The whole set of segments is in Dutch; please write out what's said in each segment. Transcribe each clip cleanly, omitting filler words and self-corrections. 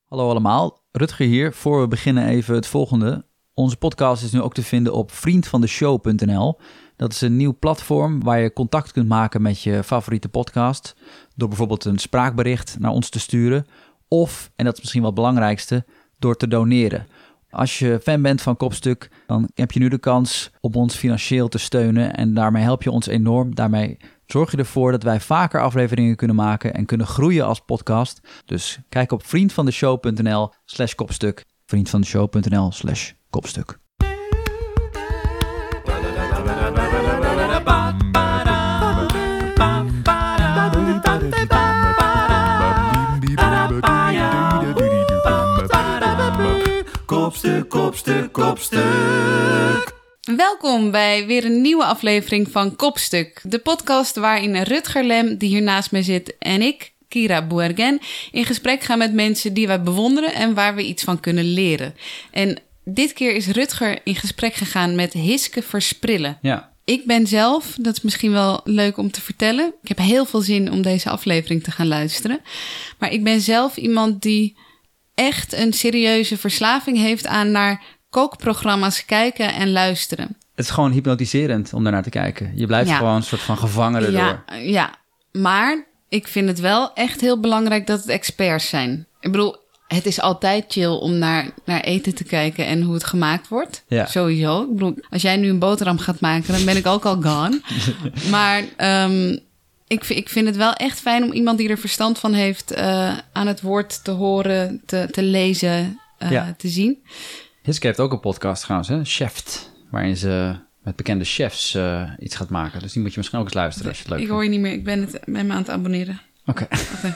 Hallo allemaal, Rutger hier. Voor we beginnen even het volgende. Onze podcast is nu ook te vinden op vriendvandeshow.nl. Dat is een nieuw platform waar je contact kunt maken met je favoriete podcast. Door bijvoorbeeld een spraakbericht naar ons te sturen. Of, en dat is misschien wel het belangrijkste, door te doneren. Als je fan bent van Kopstuk, dan heb je nu de kans om ons financieel te steunen. En daarmee help je ons enorm. Daarmee zorg je ervoor dat wij vaker afleveringen kunnen maken en kunnen groeien als podcast. Dus kijk op vriendvandeshow.nl/kopstuk. vriendvandeshow.nl/kopstuk. Kopstuk, kopstuk, kopstuk. Welkom bij weer een nieuwe aflevering van Kopstuk. De podcast waarin Rutger Lem, die hier naast mij zit, en ik, Kira Boergen, in gesprek gaan met mensen die wij bewonderen en waar we iets van kunnen leren. En dit keer is Rutger in gesprek gegaan met Hiske Versprillen. Ja. Ik ben zelf, dat is misschien wel leuk om te vertellen, ik heb heel veel zin om deze aflevering te gaan luisteren. Maar ik ben zelf iemand die echt een serieuze verslaving heeft aan naar kookprogramma's kijken en luisteren. Het is gewoon hypnotiserend om daarnaar te kijken. Je blijft gewoon een soort van gevangen erdoor. Ja, maar ik vind het wel echt heel belangrijk dat het experts zijn. Ik bedoel, het is altijd chill om naar eten te kijken en hoe het gemaakt wordt. Ja. Sowieso. Ik bedoel, als jij nu een boterham gaat maken, dan ben ik ook al gone. Maar ik vind het wel echt fijn om iemand die er verstand van heeft aan het woord te horen, te lezen, te zien. Hiske heeft ook een podcast trouwens, hè? Chef, waarin ze met bekende chefs iets gaat maken. Dus die moet je misschien ook eens luisteren als je het leuk vindt. Ik hoor je niet meer, ik ben me aan het abonneren. Oké.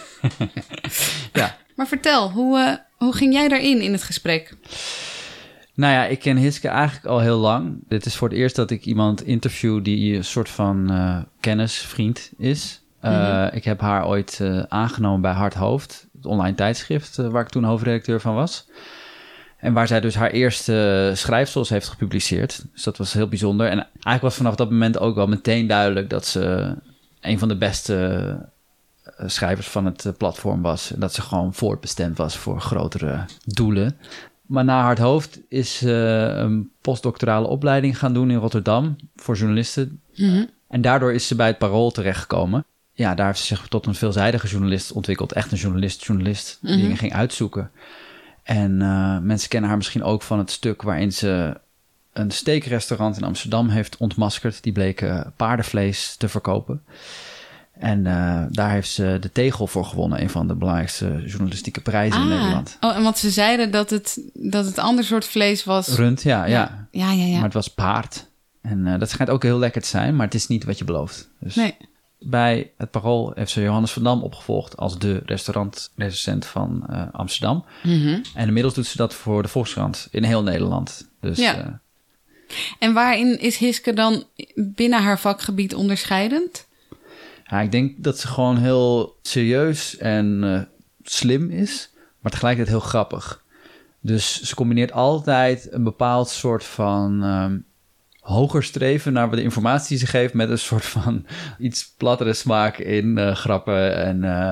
Ja. Maar vertel, hoe ging jij daarin in het gesprek? Nou ja, ik ken Hiske eigenlijk al heel lang. Dit is voor het eerst dat ik iemand interview die een soort van kennisvriend is. Ik heb haar ooit aangenomen bij Hard Hoofd, het online tijdschrift waar ik toen hoofdredacteur van was. En waar zij dus haar eerste schrijfsels heeft gepubliceerd. Dus dat was heel bijzonder. En eigenlijk was vanaf dat moment ook wel meteen duidelijk dat ze een van de beste schrijvers van het platform was. En dat ze gewoon voorbestemd was voor grotere doelen. Maar na Hard Hoofd is ze een postdoctorale opleiding gaan doen in Rotterdam voor journalisten. Mm-hmm. En daardoor is ze bij het Parool terechtgekomen. Ja, daar heeft ze zich tot een veelzijdige journalist ontwikkeld. Echt een journalist die dingen ging uitzoeken. En mensen kennen haar misschien ook van het stuk waarin ze een steakrestaurant in Amsterdam heeft ontmaskerd. Die bleken paardenvlees te verkopen. En daar heeft ze de Tegel voor gewonnen. Een van de belangrijkste journalistieke prijzen in Nederland. Oh, en want ze zeiden dat het ander soort vlees was. Rund, ja. Maar het was paard. En dat schijnt ook heel lekker te zijn, maar het is niet wat je belooft. Dus nee. Bij het Parool heeft ze Johannes van Dam opgevolgd als de restaurantrecensent van Amsterdam. Mm-hmm. En inmiddels doet ze dat voor de Volkskrant in heel Nederland. Dus, ja. En waarin is Hiske dan binnen haar vakgebied onderscheidend? Ja, ik denk dat ze gewoon heel serieus en slim is, maar tegelijkertijd heel grappig. Dus ze combineert altijd een bepaald soort van hoger streven naar de informatie die ze geeft met een soort van iets plattere smaak in grappen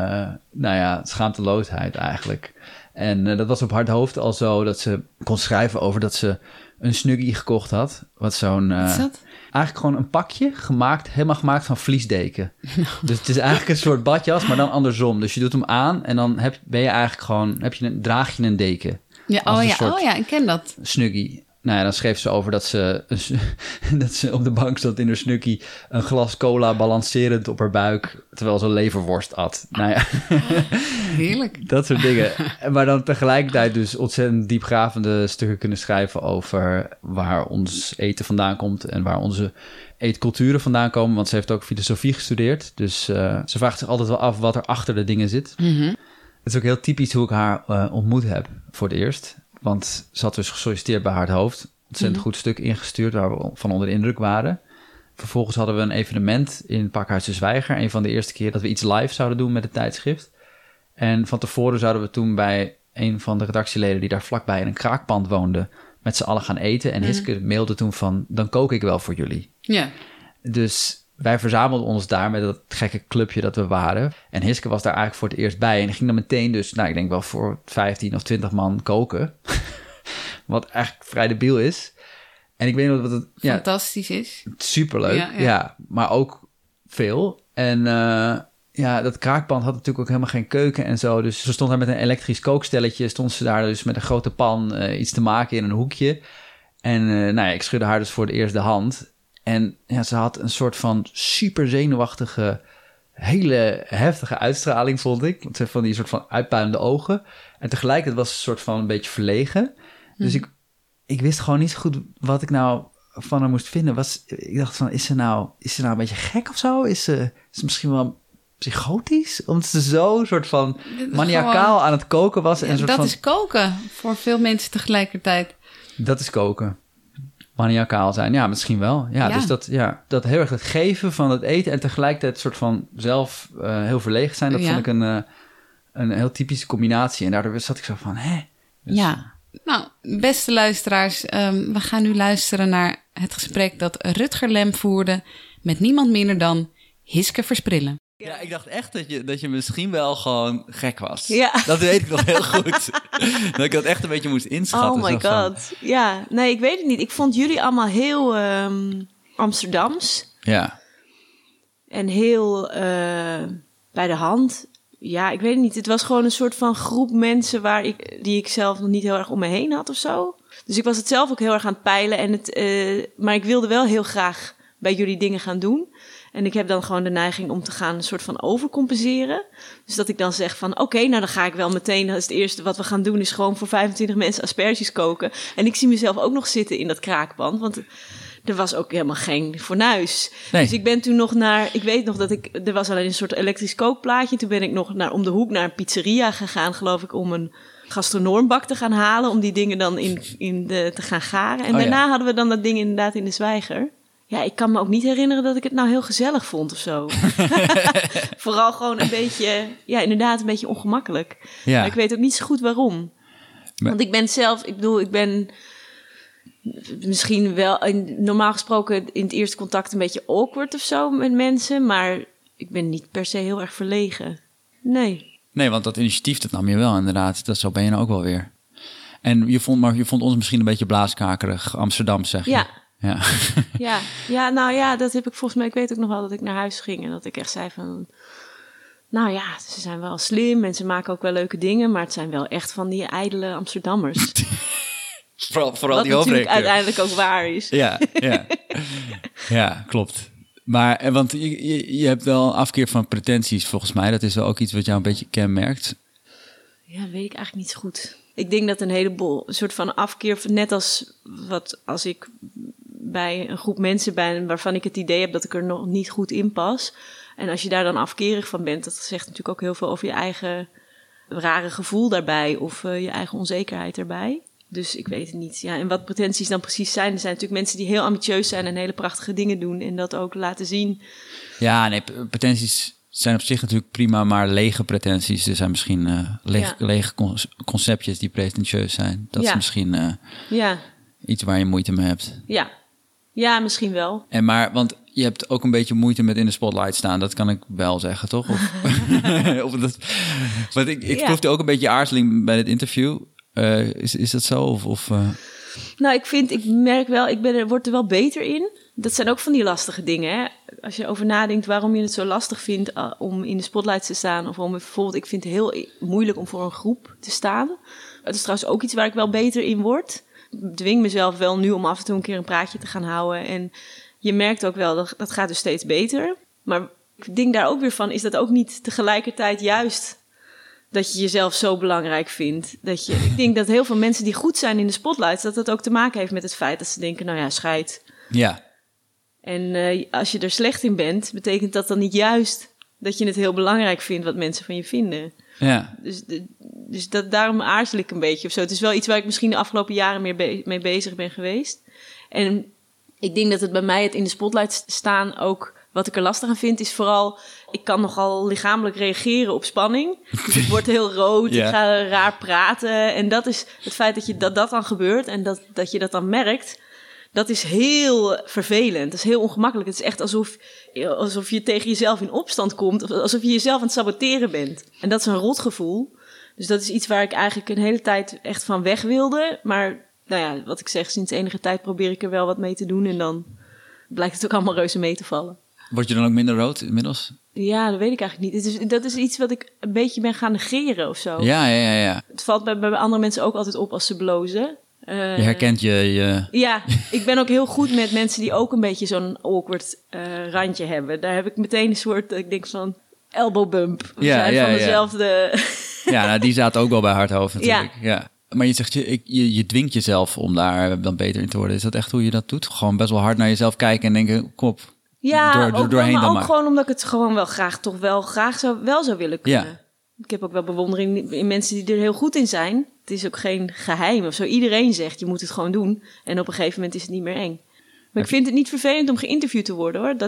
en schaamteloosheid eigenlijk. En dat was op Hard Hoofd al zo dat ze kon schrijven over dat ze een Snuggie gekocht had. Wat is dat? Eigenlijk gewoon een pakje helemaal gemaakt van vliesdeken. Dus het is eigenlijk een soort badjas, maar dan andersom. Dus je doet hem aan en dan draag je een deken. Ja, ik ken dat. Snuggie. Nou ja, dan schreef ze over dat ze op de bank zat in haar Snuggie een glas cola balancerend op haar buik, terwijl ze leverworst at. Nou ja. Heerlijk. Dat soort dingen. Maar dan tegelijkertijd dus ontzettend diepgravende stukken kunnen schrijven over waar ons eten vandaan komt en waar onze eetculturen vandaan komen. Want ze heeft ook filosofie gestudeerd. Dus ze vraagt zich altijd wel af wat er achter de dingen zit. Mm-hmm. Het is ook heel typisch hoe ik haar ontmoet heb voor het eerst. Want ze had dus gesolliciteerd bij Hard Hoofd. Ontzettend goed stuk ingestuurd waar we van onder de indruk waren. Vervolgens hadden we een evenement in Pakhuis de Zwijger. Een van de eerste keer dat we iets live zouden doen met het tijdschrift. En van tevoren zouden we toen bij een van de redactieleden die daar vlakbij in een kraakpand woonde met z'n allen gaan eten. En Hiske mailde toen van, dan kook ik wel voor jullie. Ja. Dus wij verzamelden ons daar met dat gekke clubje dat we waren. En Hiske was daar eigenlijk voor het eerst bij. En die ging dan meteen dus, ik denk wel voor 15 of 20 man koken. Wat eigenlijk vrij debiel is. En ik weet niet wat het... Fantastisch is. Superleuk, ja. Maar ook veel. En dat kraakpand had natuurlijk ook helemaal geen keuken en zo. Dus ze stond daar met een elektrisch kookstelletje. Stond ze daar dus met een grote pan iets te maken in een hoekje. En ik schudde haar dus voor het eerst de hand. En ze had een soort van super zenuwachtige, hele heftige uitstraling, vond ik. Want ze had van die soort van uitpuilende ogen. En tegelijkertijd was ze een soort van een beetje verlegen. Dus ik wist gewoon niet zo goed wat ik nou van haar moest vinden. Ik dacht van, is ze nou een beetje gek of zo? Is ze misschien wel psychotisch? Omdat ze zo soort van maniacaal aan het koken was. En dat is koken voor veel mensen tegelijkertijd. Dat is koken. Maniacaal zijn, ja, misschien wel. Ja. Dus dat heel erg het geven van het eten en tegelijkertijd soort van zelf heel verlegen zijn. Dat vond ik een heel typische combinatie. En daardoor zat ik zo van, Dus... Ja, nou, beste luisteraars, we gaan nu luisteren naar het gesprek dat Rutger Lem voerde met niemand minder dan Hiske Versprillen. Ja, ik dacht echt dat je misschien wel gewoon gek was. Ja. Dat weet ik nog heel goed. Dat ik dat echt een beetje moest inschatten. Oh my god. Ja, nee, ik weet het niet. Ik vond jullie allemaal heel Amsterdams. Ja. En heel bij de hand. Ja, ik weet het niet. Het was gewoon een soort van groep mensen die ik zelf nog niet heel erg om me heen had of zo. Dus ik was het zelf ook heel erg aan het peilen. Maar ik wilde wel heel graag bij jullie dingen gaan doen. En ik heb dan gewoon de neiging om te gaan een soort van overcompenseren. Dus dat ik dan zeg van oké, nou dan ga ik wel meteen. Dat is het eerste wat we gaan doen, is gewoon voor 25 mensen asperges koken. En ik zie mezelf ook nog zitten in dat kraakpand. Want er was ook helemaal geen fornuis. Nee. Dus ik ben toen nog ik weet nog dat er was alleen een soort elektrisch kookplaatje. Toen ben ik nog om de hoek naar een pizzeria gegaan, geloof ik, om een gastronoombak te gaan halen. Om die dingen dan te gaan garen. En daarna hadden we dan dat ding inderdaad in de Zwijger. Ja, ik kan me ook niet herinneren dat ik het nou heel gezellig vond of zo. Vooral gewoon een beetje, inderdaad een beetje ongemakkelijk. Ja. Maar ik weet ook niet zo goed waarom. Want ik ben zelf, ik ben misschien wel normaal gesproken in het eerste contact een beetje awkward of zo met mensen. Maar ik ben niet per se heel erg verlegen. Nee. Nee, want dat initiatief, dat nam je wel inderdaad. Zo ben je nou ook wel weer. En je vond ons misschien een beetje blaaskakerig, Amsterdam, zeg je. Ja, nou ja, dat heb ik volgens mij. Ik weet ook nog wel dat ik naar huis ging en dat ik echt zei van, nou ja, ze zijn wel slim en ze maken ook wel leuke dingen, maar het zijn wel echt van die ijdele Amsterdammers. Vooral wat die natuurlijk hoofdrechter. uiteindelijk ook waar is. Ja, klopt. Maar, want je hebt wel een afkeer van pretenties volgens mij. Dat is wel ook iets wat jou een beetje kenmerkt. Ja, weet ik eigenlijk niet zo goed. Ik denk dat een heleboel soort van afkeer, net als ik bij een groep mensen ben waarvan ik het idee heb dat ik er nog niet goed in pas. En als je daar dan afkerig van bent, dat zegt natuurlijk ook heel veel over je eigen rare gevoel daarbij of je eigen onzekerheid erbij. Dus ik weet het niet. Ja, en wat pretenties dan precies zijn. Er zijn natuurlijk mensen die heel ambitieus zijn en hele prachtige dingen doen en dat ook laten zien. Ja, nee, pretenties zijn op zich natuurlijk prima, maar lege pretenties. Er zijn misschien lege conceptjes die pretentieus zijn. Dat is misschien iets waar je moeite mee hebt. Ja, misschien wel. Want je hebt ook een beetje moeite met in de spotlight staan. Dat kan ik wel zeggen, toch? Want ik proefde ook een beetje aarzeling bij dit interview. Is dat zo? Nou, ik merk wel, word er wel beter in. Dat zijn ook van die lastige dingen. Hè? Als je over nadenkt waarom je het zo lastig vindt om in de spotlight te staan. Of om bijvoorbeeld, ik vind het heel moeilijk om voor een groep te staan. Het is trouwens ook iets waar ik wel beter in word. Ik dwing mezelf wel nu om af en toe een keer een praatje te gaan houden. En je merkt ook wel, dat gaat dus steeds beter. Maar ik denk daar ook weer van, is dat ook niet tegelijkertijd juist dat je jezelf zo belangrijk vindt? Ik denk dat heel veel mensen die goed zijn in de spotlights, dat ook te maken heeft met het feit dat ze denken, nou ja, scheid. Ja. En als je er slecht in bent, betekent dat dan niet juist dat je het heel belangrijk vindt wat mensen van je vinden. Ja. Dus daarom aarzel ik een beetje of zo. Het is wel iets waar ik misschien de afgelopen jaren meer mee bezig ben geweest. En ik denk dat het bij mij het in de spotlight staan ook, wat ik er lastig aan vind, is vooral, ik kan nogal lichamelijk reageren op spanning. Dus ik word heel rood, ik ga raar praten. En dat is het feit dat dat dan gebeurt en dat je dat dan merkt. Dat is heel vervelend. Dat is heel ongemakkelijk. Het is echt alsof je tegen jezelf in opstand komt. Of alsof je jezelf aan het saboteren bent. En dat is een rotgevoel. Dus dat is iets waar ik eigenlijk een hele tijd echt van weg wilde. Maar nou ja, wat ik zeg, sinds enige tijd probeer ik er wel wat mee te doen. En dan blijkt het ook allemaal reuze mee te vallen. Word je dan ook minder rood inmiddels? Ja, dat weet ik eigenlijk niet. Dat is iets wat ik een beetje ben gaan negeren of zo. Ja. Het valt bij andere mensen ook altijd op als ze blozen. Je herkent je... Ja, ik ben ook heel goed met mensen die ook een beetje zo'n awkward randje hebben. Daar heb ik meteen een soort, ik denk van, elbow bump. We zijn van dezelfde... Ja, nou, die zaten ook wel bij Hardhoofd natuurlijk. Ja. Maar je zegt, je dwingt jezelf om daar dan beter in te worden. Is dat echt hoe je dat doet? Gewoon best wel hard naar jezelf kijken en denken, kom op. Ja, doorheen maar dan ook maar. gewoon omdat ik het gewoon wel graag zou willen kunnen. Ja. Ik heb ook wel bewondering in mensen die er heel goed in zijn. Het is ook geen geheim of zo. Iedereen zegt, je moet het gewoon doen. En op een gegeven moment is het niet meer eng. Maar ik vind het niet vervelend om geïnterviewd te worden, hoor.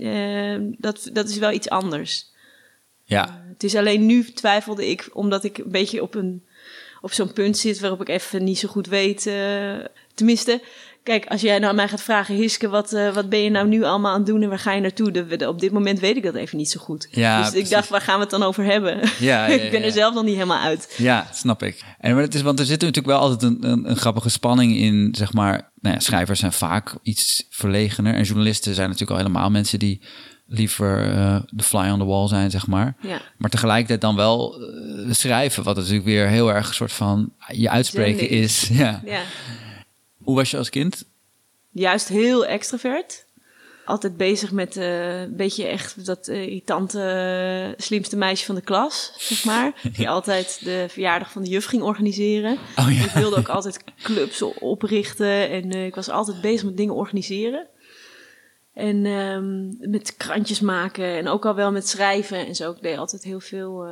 Dat is wel iets anders. Ja. Het is alleen nu twijfelde ik, omdat ik een beetje op zo'n punt zit waarop ik even niet zo goed weet. Tenminste, kijk, als jij nou aan mij gaat vragen, Hiske, wat ben je nou nu allemaal aan het doen en waar ga je naartoe? Op dit moment weet ik dat even niet zo goed. Ja, dus ik dacht, waar gaan we het dan over hebben? Ja, ik ben er zelf nog niet helemaal uit. Ja, snap ik. Want er zit natuurlijk wel altijd een grappige spanning in, zeg maar. Nou ja, schrijvers zijn vaak iets verlegener en journalisten zijn natuurlijk al helemaal mensen die liever de fly on the wall zijn, zeg maar. Ja. Maar tegelijkertijd dan wel schrijven, wat natuurlijk weer heel erg een soort van je uitspreken is. Ja. Hoe was je als kind? Juist heel extravert. Altijd bezig met een beetje echt dat irritante, slimste meisje van de klas, zeg maar. Die altijd de verjaardag van de juf ging organiseren. Oh, ja. Ik wilde ook altijd clubs oprichten en ik was altijd bezig met dingen organiseren. En met krantjes maken en ook al wel met schrijven en zo. Ik deed altijd heel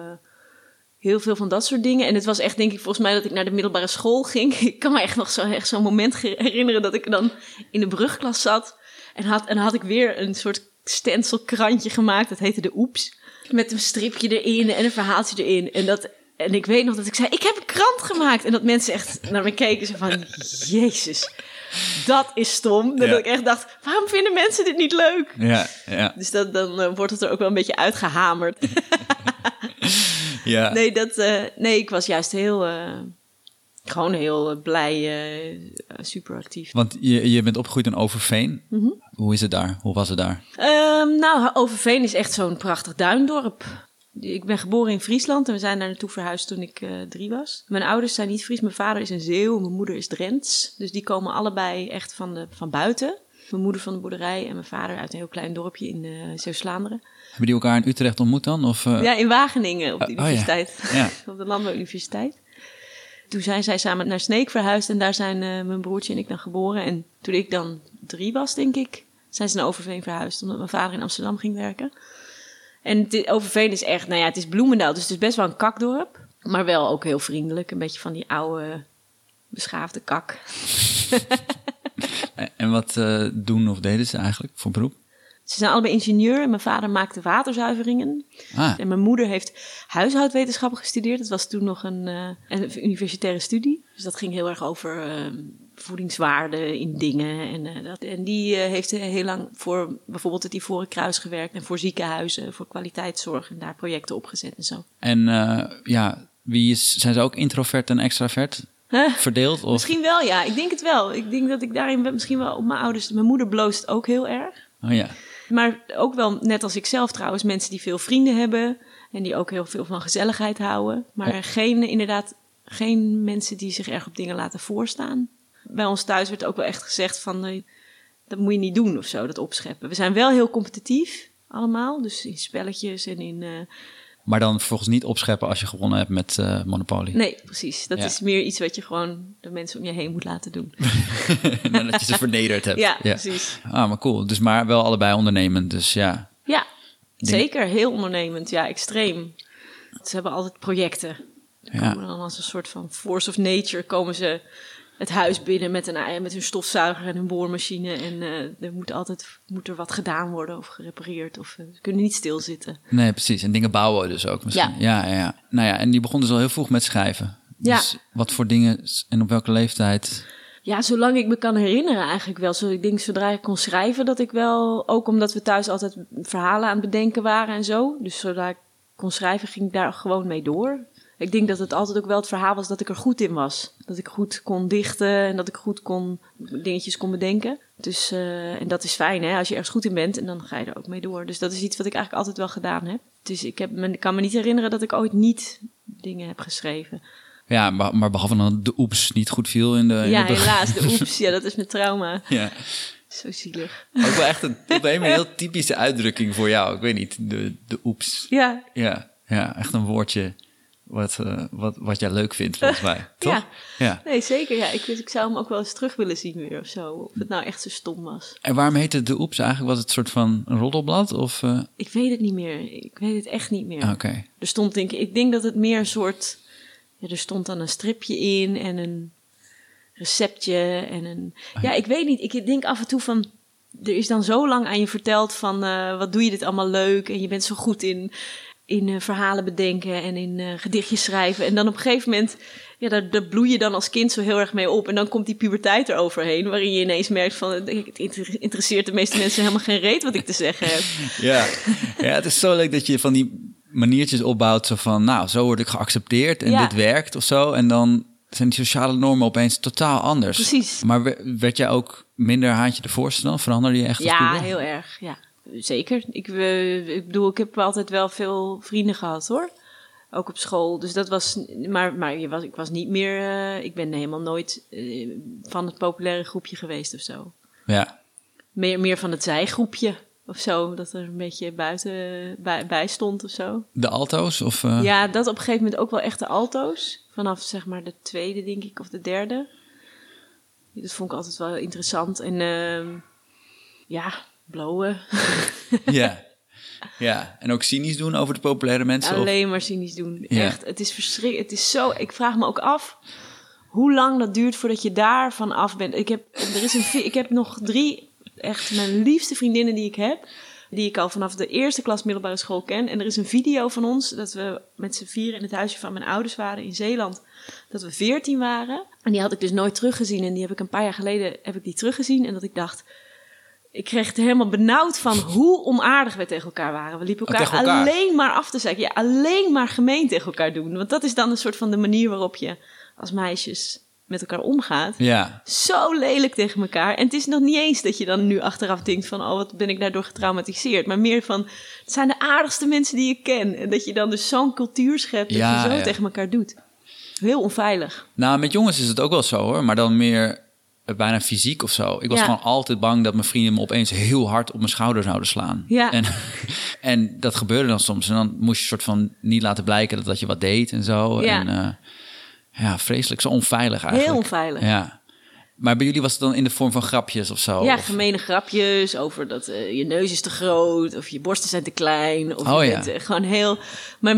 veel van dat soort dingen. En het was echt, denk ik, volgens mij dat ik naar de middelbare school ging. Ik kan me echt nog zo'n moment herinneren dat ik dan in de brugklas zat. En had ik weer een soort stencilkrantje gemaakt. Dat heette de Oeps. Met een stripje erin en een verhaaltje erin. En ik weet nog dat ik zei, ik heb een krant gemaakt. En dat mensen echt naar me keken. Zo van, Jezus, dat is stom. Dat ik echt dacht, waarom vinden mensen dit niet leuk? Ja. Dus dan wordt het er ook wel een beetje uitgehamerd. Ja. Nee, ik was juist gewoon heel blij, super actief. Want je bent opgegroeid in Overveen. Mm-hmm. Hoe is het daar? Hoe was het daar? Overveen is echt zo'n prachtig duindorp. Ik ben geboren in Friesland en we zijn daar naartoe verhuisd toen ik 3 was. Mijn ouders zijn niet Fries. Mijn vader is een Zeeuw, mijn moeder is Drents. Dus die komen allebei echt van buiten. Mijn moeder van de boerderij en mijn vader uit een heel klein dorpje in Zeeuws-Vlaanderen. Hebben die elkaar in Utrecht ontmoet dan? Of, Ja, in Wageningen op de universiteit. Ja. Op de Landbouwuniversiteit. Toen zijn zij samen naar Sneek verhuisd en daar zijn mijn broertje en ik dan geboren. En toen ik dan 3 was, denk ik, zijn ze naar Overveen verhuisd, omdat mijn vader in Amsterdam ging werken. En Overveen is echt, het is Bloemendaal, dus het is best wel een kakdorp. Maar wel ook heel vriendelijk, een beetje van die oude, beschaafde kak. En wat doen of deden ze eigenlijk voor beroep? Ze zijn allebei ingenieur en mijn vader maakte waterzuiveringen. En mijn moeder heeft huishoudwetenschappen gestudeerd. Dat was toen nog een universitaire studie. Dus dat ging heel erg over voedingswaarde in dingen. En die heeft heel lang voor bijvoorbeeld het Ivoren Kruis gewerkt. En voor ziekenhuizen, voor kwaliteitszorg. En daar projecten opgezet en zo. En zijn ze ook introvert en extravert? Verdeeld? Of? Misschien wel, ja. Ik denk het wel. Ik denk dat ik daarin misschien wel op mijn ouders... Mijn moeder bloost ook heel erg. Oh ja. Maar ook wel, net als ik zelf trouwens, mensen die veel vrienden hebben... en die ook heel veel van gezelligheid houden. Maar geen mensen die zich erg op dingen laten voorstaan. Bij ons thuis werd ook wel echt gezegd van... dat moet je niet doen of zo, dat opscheppen. We zijn wel heel competitief, allemaal. Dus in spelletjes en in... Maar dan vervolgens niet opscheppen als je gewonnen hebt met Monopoly. Nee, precies. Dat is meer iets wat je gewoon de mensen om je heen moet laten doen. Nadat je ze vernederd hebt. Ja, precies. Maar cool. Dus maar wel allebei ondernemend, dus ja. Ja, zeker. Heel ondernemend. Ja, extreem. Ze hebben altijd projecten. Komen dan als een soort van force of nature komen ze het huis binnen met hun stofzuiger en hun boormachine. En er moet er wat gedaan worden of gerepareerd. Of ze kunnen niet stilzitten. Nee, precies. En dingen bouwen dus ook misschien. Ja. Nou ja, en die begon dus al heel vroeg met schrijven. Dus wat voor dingen en op welke leeftijd? Ja, zolang ik me kan herinneren eigenlijk wel. Ik denk zodra ik kon schrijven dat ik wel... Ook omdat we thuis altijd verhalen aan het bedenken waren en zo. Dus zodra ik kon schrijven ging ik daar gewoon mee door. Ik denk dat het altijd ook wel het verhaal was dat ik er goed in was. Dat ik goed kon dichten en dat ik goed dingetjes kon bedenken. Dus, en dat is fijn hè, als je ergens goed in bent en dan ga je er ook mee door. Dus dat is iets wat ik eigenlijk altijd wel gedaan heb. Dus ik kan me niet herinneren dat ik ooit niet dingen heb geschreven. Ja, maar behalve dan de oeps niet goed viel in de... Helaas, de oeps. Ja, dat is mijn trauma. Ja. Zo zielig. Ook wel echt een heel typische uitdrukking voor jou. Ik weet niet, de oeps. Ja. Ja, echt een woordje wat jij leuk vindt, volgens mij. Toch? Ja. Nee, zeker. Ja. Ik zou hem ook wel eens terug willen zien weer of zo. Of het nou echt zo stom was. En waarom heette het de oeps eigenlijk? Was het een soort van een roddelblad? Of, Ik weet het niet meer. Ik weet het echt niet meer. Oké. Er stond, ik denk dat het meer een soort... Ja, er stond dan een stripje in en een receptje en een... Ja, ik weet niet. Ik denk af en toe van... Er is dan zo lang aan je verteld van... wat doe je dit allemaal leuk? En je bent zo goed in verhalen bedenken en in gedichtjes schrijven. En dan op een gegeven moment... Ja, daar bloei je dan als kind zo heel erg mee op. En dan komt die puberteit eroverheen... waarin je ineens merkt van... Het interesseert de meeste mensen helemaal geen reet wat ik te zeggen heb. Ja, het is zo leuk dat je van die maniertjes opbouwt... zo van, nou, zo word ik geaccepteerd en dit werkt of zo. En dan zijn die sociale normen opeens totaal anders. Precies. Maar werd jij ook minder haantje de voorste dan? Veranderde je echt als puber? Ja, heel erg, ja. Zeker. Ik bedoel, ik heb altijd wel veel vrienden gehad, hoor. Ook op school. Dus dat was... Maar ik was niet meer... ik ben helemaal nooit van het populaire groepje geweest of zo. Ja. Meer van het zijgroepje of zo. Dat er een beetje buiten bij stond of zo. De alto's? Of, Ja, dat op een gegeven moment ook wel echt de alto's. Vanaf zeg maar de tweede, denk ik, of de derde. Dat vond ik altijd wel interessant. En blowen. Ja, en ook cynisch doen over de populaire mensen? Alleen maar cynisch doen. Ja. Echt, het is verschrikkelijk. Het is zo... Ik vraag me ook af hoe lang dat duurt voordat je daarvan af bent. Ik heb nog 3 echt mijn liefste vriendinnen die ik heb. Die ik al vanaf de eerste klas middelbare school ken. En er is een video van ons dat we met z'n 4 in het huisje van mijn ouders waren in Zeeland. Dat we 14 waren. En die had ik dus nooit teruggezien. En die heb ik een paar jaar geleden teruggezien. En dat ik dacht... Ik kreeg het helemaal benauwd van hoe onaardig we tegen elkaar waren. We liepen elkaar alleen maar af te zeiken. Ja, alleen maar gemeen tegen elkaar doen. Want dat is dan een soort van de manier waarop je als meisjes met elkaar omgaat. Ja. Zo lelijk tegen elkaar. En het is nog niet eens dat je dan nu achteraf denkt van... oh, wat ben ik daardoor getraumatiseerd. Maar meer van, het zijn de aardigste mensen die ik ken. En dat je dan dus zo'n cultuur schept dat je zo tegen elkaar doet. Heel onveilig. Nou, met jongens is het ook wel zo hoor. Maar dan meer... bijna fysiek of zo. Ik was gewoon altijd bang dat mijn vrienden me opeens heel hard op mijn schouder zouden slaan. Ja. En dat gebeurde dan soms. En dan moest je soort van niet laten blijken dat je wat deed en zo. Ja. En vreselijk. Zo onveilig eigenlijk. Heel onveilig. Ja. Maar bij jullie was het dan in de vorm van grapjes of zo? Ja, of... gemene grapjes over dat je neus is te groot... of je borsten zijn te klein. Of je bent gewoon heel... Maar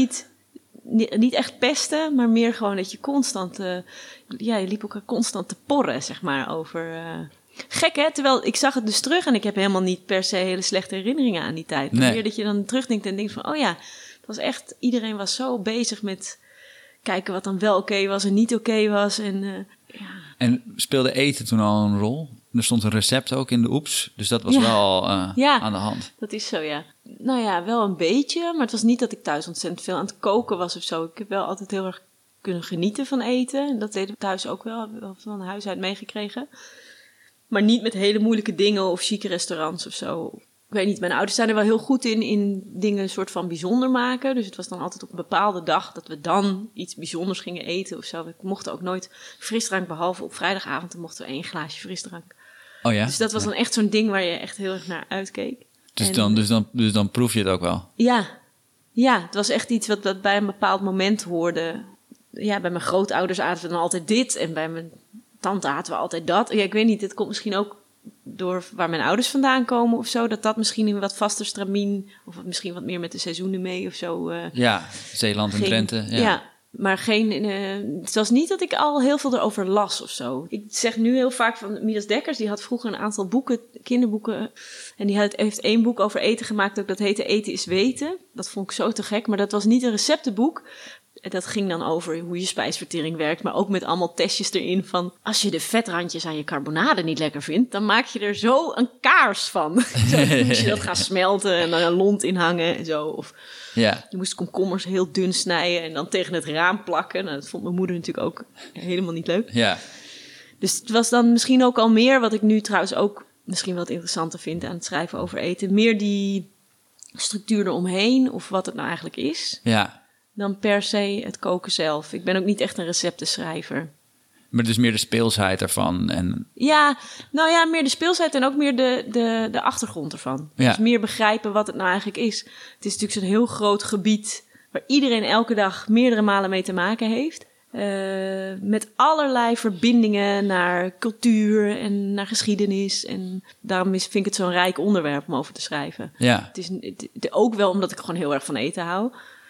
niet echt pesten, maar meer gewoon dat je constant... je liep elkaar constant te porren, zeg maar, over... Gek, hè? Terwijl ik zag het dus terug... en ik heb helemaal niet per se hele slechte herinneringen aan die tijd. Maar meer dat je dan terugdenkt en denkt van... oh ja, het was echt... Iedereen was zo bezig met kijken wat dan wel oké was en niet oké was. En speelde eten toen al een rol? Er stond een recept ook in de oeps, dus dat was wel aan de hand. Dat is zo, ja. Nou ja, wel een beetje, maar het was niet dat ik thuis ontzettend veel aan het koken was of zo. Ik heb wel altijd heel erg kunnen genieten van eten. Dat deden we thuis ook wel van huis uit meegekregen. Maar niet met hele moeilijke dingen of chique restaurants of zo. Ik weet niet, mijn ouders zijn er wel heel goed in dingen een soort van bijzonder maken. Dus het was dan altijd op een bepaalde dag dat we dan iets bijzonders gingen eten of zo. We mochten ook nooit frisdrank, behalve op vrijdagavond. Dan mochten we 1 glaasje frisdrank. Oh ja? Dus dat was dan echt zo'n ding waar je echt heel erg naar uitkeek. Dus dan proef je het ook wel? Ja, het was echt iets wat bij een bepaald moment hoorde. Ja, bij mijn grootouders aten we dan altijd dit. En bij mijn tante aten we altijd dat. Ja, ik weet niet, het komt misschien ook door waar mijn ouders vandaan komen of zo. Dat misschien in wat vaster stramien... of misschien wat meer met de seizoenen mee of zo. Ja, Zeeland en Drenthe. Ja, maar het was niet dat ik al heel veel erover las of zo. Ik zeg nu heel vaak van Midas Dekkers... die had vroeger een aantal boeken, kinderboeken... en die heeft 1 boek over eten gemaakt... ook dat heette Eten is Weten. Dat vond ik zo te gek, maar dat was niet een receptenboek... dat ging dan over hoe je spijsvertering werkt, maar ook met allemaal testjes erin van, als je de vetrandjes aan je carbonade niet lekker vindt, dan maak je er zo een kaars van. Zo moest je dat gaan smelten en dan een lont inhangen en zo. Of je moest komkommers heel dun snijden en dan tegen het raam plakken. Nou, dat vond mijn moeder natuurlijk ook helemaal niet leuk. Ja. Dus het was dan misschien ook al meer, wat ik nu trouwens ook misschien wat interessanter vind aan het schrijven over eten, meer die structuur eromheen of wat het nou eigenlijk is. Ja. Dan per se het koken zelf. Ik ben ook niet echt een receptenschrijver. Maar dus meer de speelsheid ervan. En... Ja, nou ja, meer de speelsheid en ook meer de achtergrond ervan. Ja. Dus meer begrijpen wat het nou eigenlijk is. Het is natuurlijk zo'n heel groot gebied waar iedereen elke dag meerdere malen mee te maken heeft. Met allerlei verbindingen naar cultuur en naar geschiedenis. En daarom vind ik het zo'n rijk onderwerp om over te schrijven. Ja. Het is ook wel omdat ik gewoon heel erg van eten hou.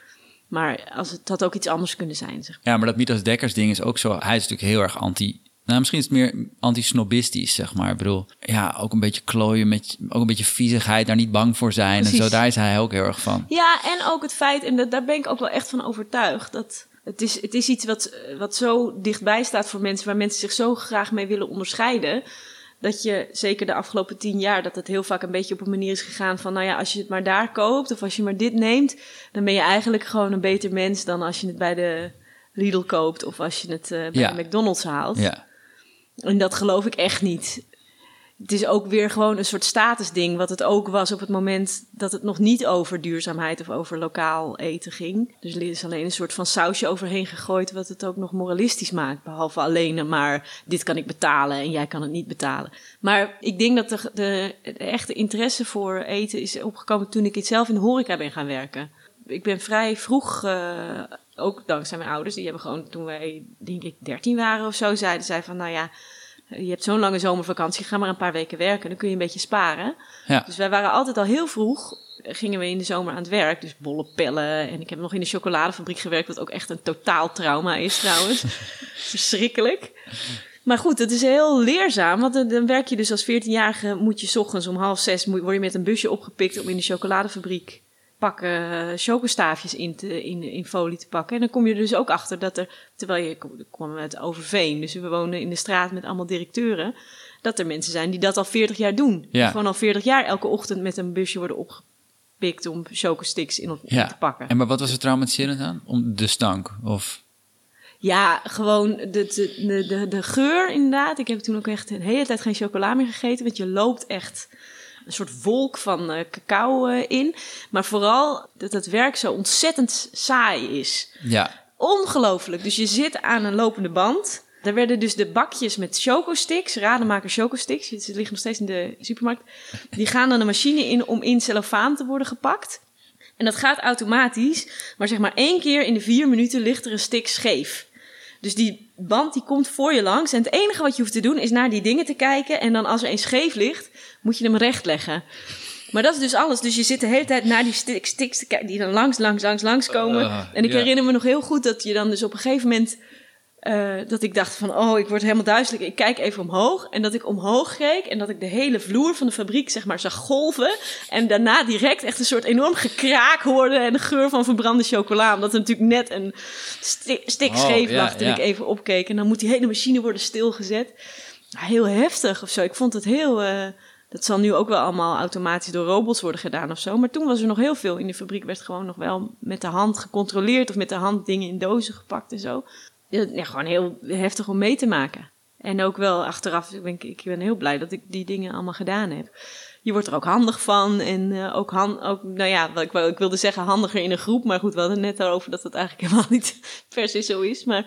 Maar het had ook iets anders kunnen zijn. Zeg maar. Ja, maar dat Midas Dekkers ding is ook zo. Hij is natuurlijk heel erg misschien is het meer anti-snobistisch, zeg maar. Ik bedoel, ja, ook een beetje klooien, ook een beetje viezigheid, daar niet bang voor zijn. Precies. En zo, daar is hij ook heel erg van. Ja, en ook het feit, en daar ben ik ook wel echt van overtuigd, dat het is iets wat zo dichtbij staat voor mensen, waar mensen zich zo graag mee willen onderscheiden, dat je, zeker de afgelopen 10 jaar, dat het heel vaak een beetje op een manier is gegaan van, nou ja, als je het maar daar koopt of als je maar dit neemt, dan ben je eigenlijk gewoon een beter mens dan als je het bij de Lidl koopt of als je het bij de McDonald's haalt. Ja. En dat geloof ik echt niet. Het is ook weer gewoon een soort statusding, wat het ook was op het moment dat het nog niet over duurzaamheid of over lokaal eten ging. Dus er is alleen een soort van sausje overheen gegooid, wat het ook nog moralistisch maakt. Behalve alleen maar, dit kan ik betalen en jij kan het niet betalen. Maar ik denk dat de echte interesse voor eten is opgekomen toen ik zelf in de horeca ben gaan werken. Ik ben vrij vroeg, ook dankzij mijn ouders, die hebben gewoon toen wij, denk ik, 13 waren of zo, zeiden zij van, nou ja, je hebt zo'n lange zomervakantie, ga maar een paar weken werken, dan kun je een beetje sparen. Ja. Dus wij waren altijd al heel vroeg, gingen we in de zomer aan het werk, dus bollen pellen. En ik heb nog in de chocoladefabriek gewerkt, wat ook echt een totaal trauma is trouwens. Verschrikkelijk. Maar goed, het is heel leerzaam, want dan werk je dus als 14-jarige, moet je 's ochtends om 5:30, word je met een busje opgepikt om in de chocoladefabriek pakken chocostaafjes in folie te pakken. En dan kom je er dus ook achter dat terwijl je kwam uit Overveen, dus we wonen in de straat met allemaal directeuren, dat er mensen zijn die dat al 40 jaar doen. Ja. Gewoon al 40 jaar elke ochtend met een busje worden opgepikt om chocosticks in te pakken. En maar wat was er traumatiserend aan? Om de stank? Of... Ja, gewoon de geur inderdaad. Ik heb toen ook echt een hele tijd geen chocola meer gegeten, want je loopt echt een soort wolk van cacao in. Maar vooral dat het werk zo ontzettend saai is. Ja. Ongelooflijk. Dus je zit aan een lopende band. Daar werden dus de bakjes met chocosticks, Rademaker chocosticks, ze liggen nog steeds in de supermarkt, die gaan dan de machine in om in cellofaan te worden gepakt. En dat gaat automatisch, maar zeg maar 1 keer in de 4 minuten ligt er een stick scheef. Dus die band die komt voor je langs. En het enige wat je hoeft te doen is naar die dingen te kijken. En dan als er een scheef ligt, moet je hem recht leggen. Maar dat is dus alles. Dus je zit de hele tijd naar die sticks te kijken die dan langs komen. En ik herinner me nog heel goed dat je dan dus op een gegeven moment, dat ik dacht van, ik word helemaal duizelig. Ik kijk even omhoog. En dat ik omhoog keek en dat ik de hele vloer van de fabriek, zeg maar, zag golven. En daarna direct echt een soort enorm gekraak hoorde en de geur van verbrande chocola. Omdat er natuurlijk net een stik scheef lag toen ik even opkeek. En dan moet die hele machine worden stilgezet. Heel heftig of zo. Ik vond het heel... dat zal nu ook wel allemaal automatisch door robots worden gedaan of zo. Maar toen was er nog heel veel. In de fabriek werd gewoon nog wel met de hand gecontroleerd of met de hand dingen in dozen gepakt en zo. Ja, gewoon heel heftig om mee te maken. En ook wel achteraf, ik ben heel blij dat ik die dingen allemaal gedaan heb. Je wordt er ook handig van. En ook nou ja, ik wilde zeggen handiger in een groep. Maar goed, we hadden het net over dat dat eigenlijk helemaal niet per se zo is. Maar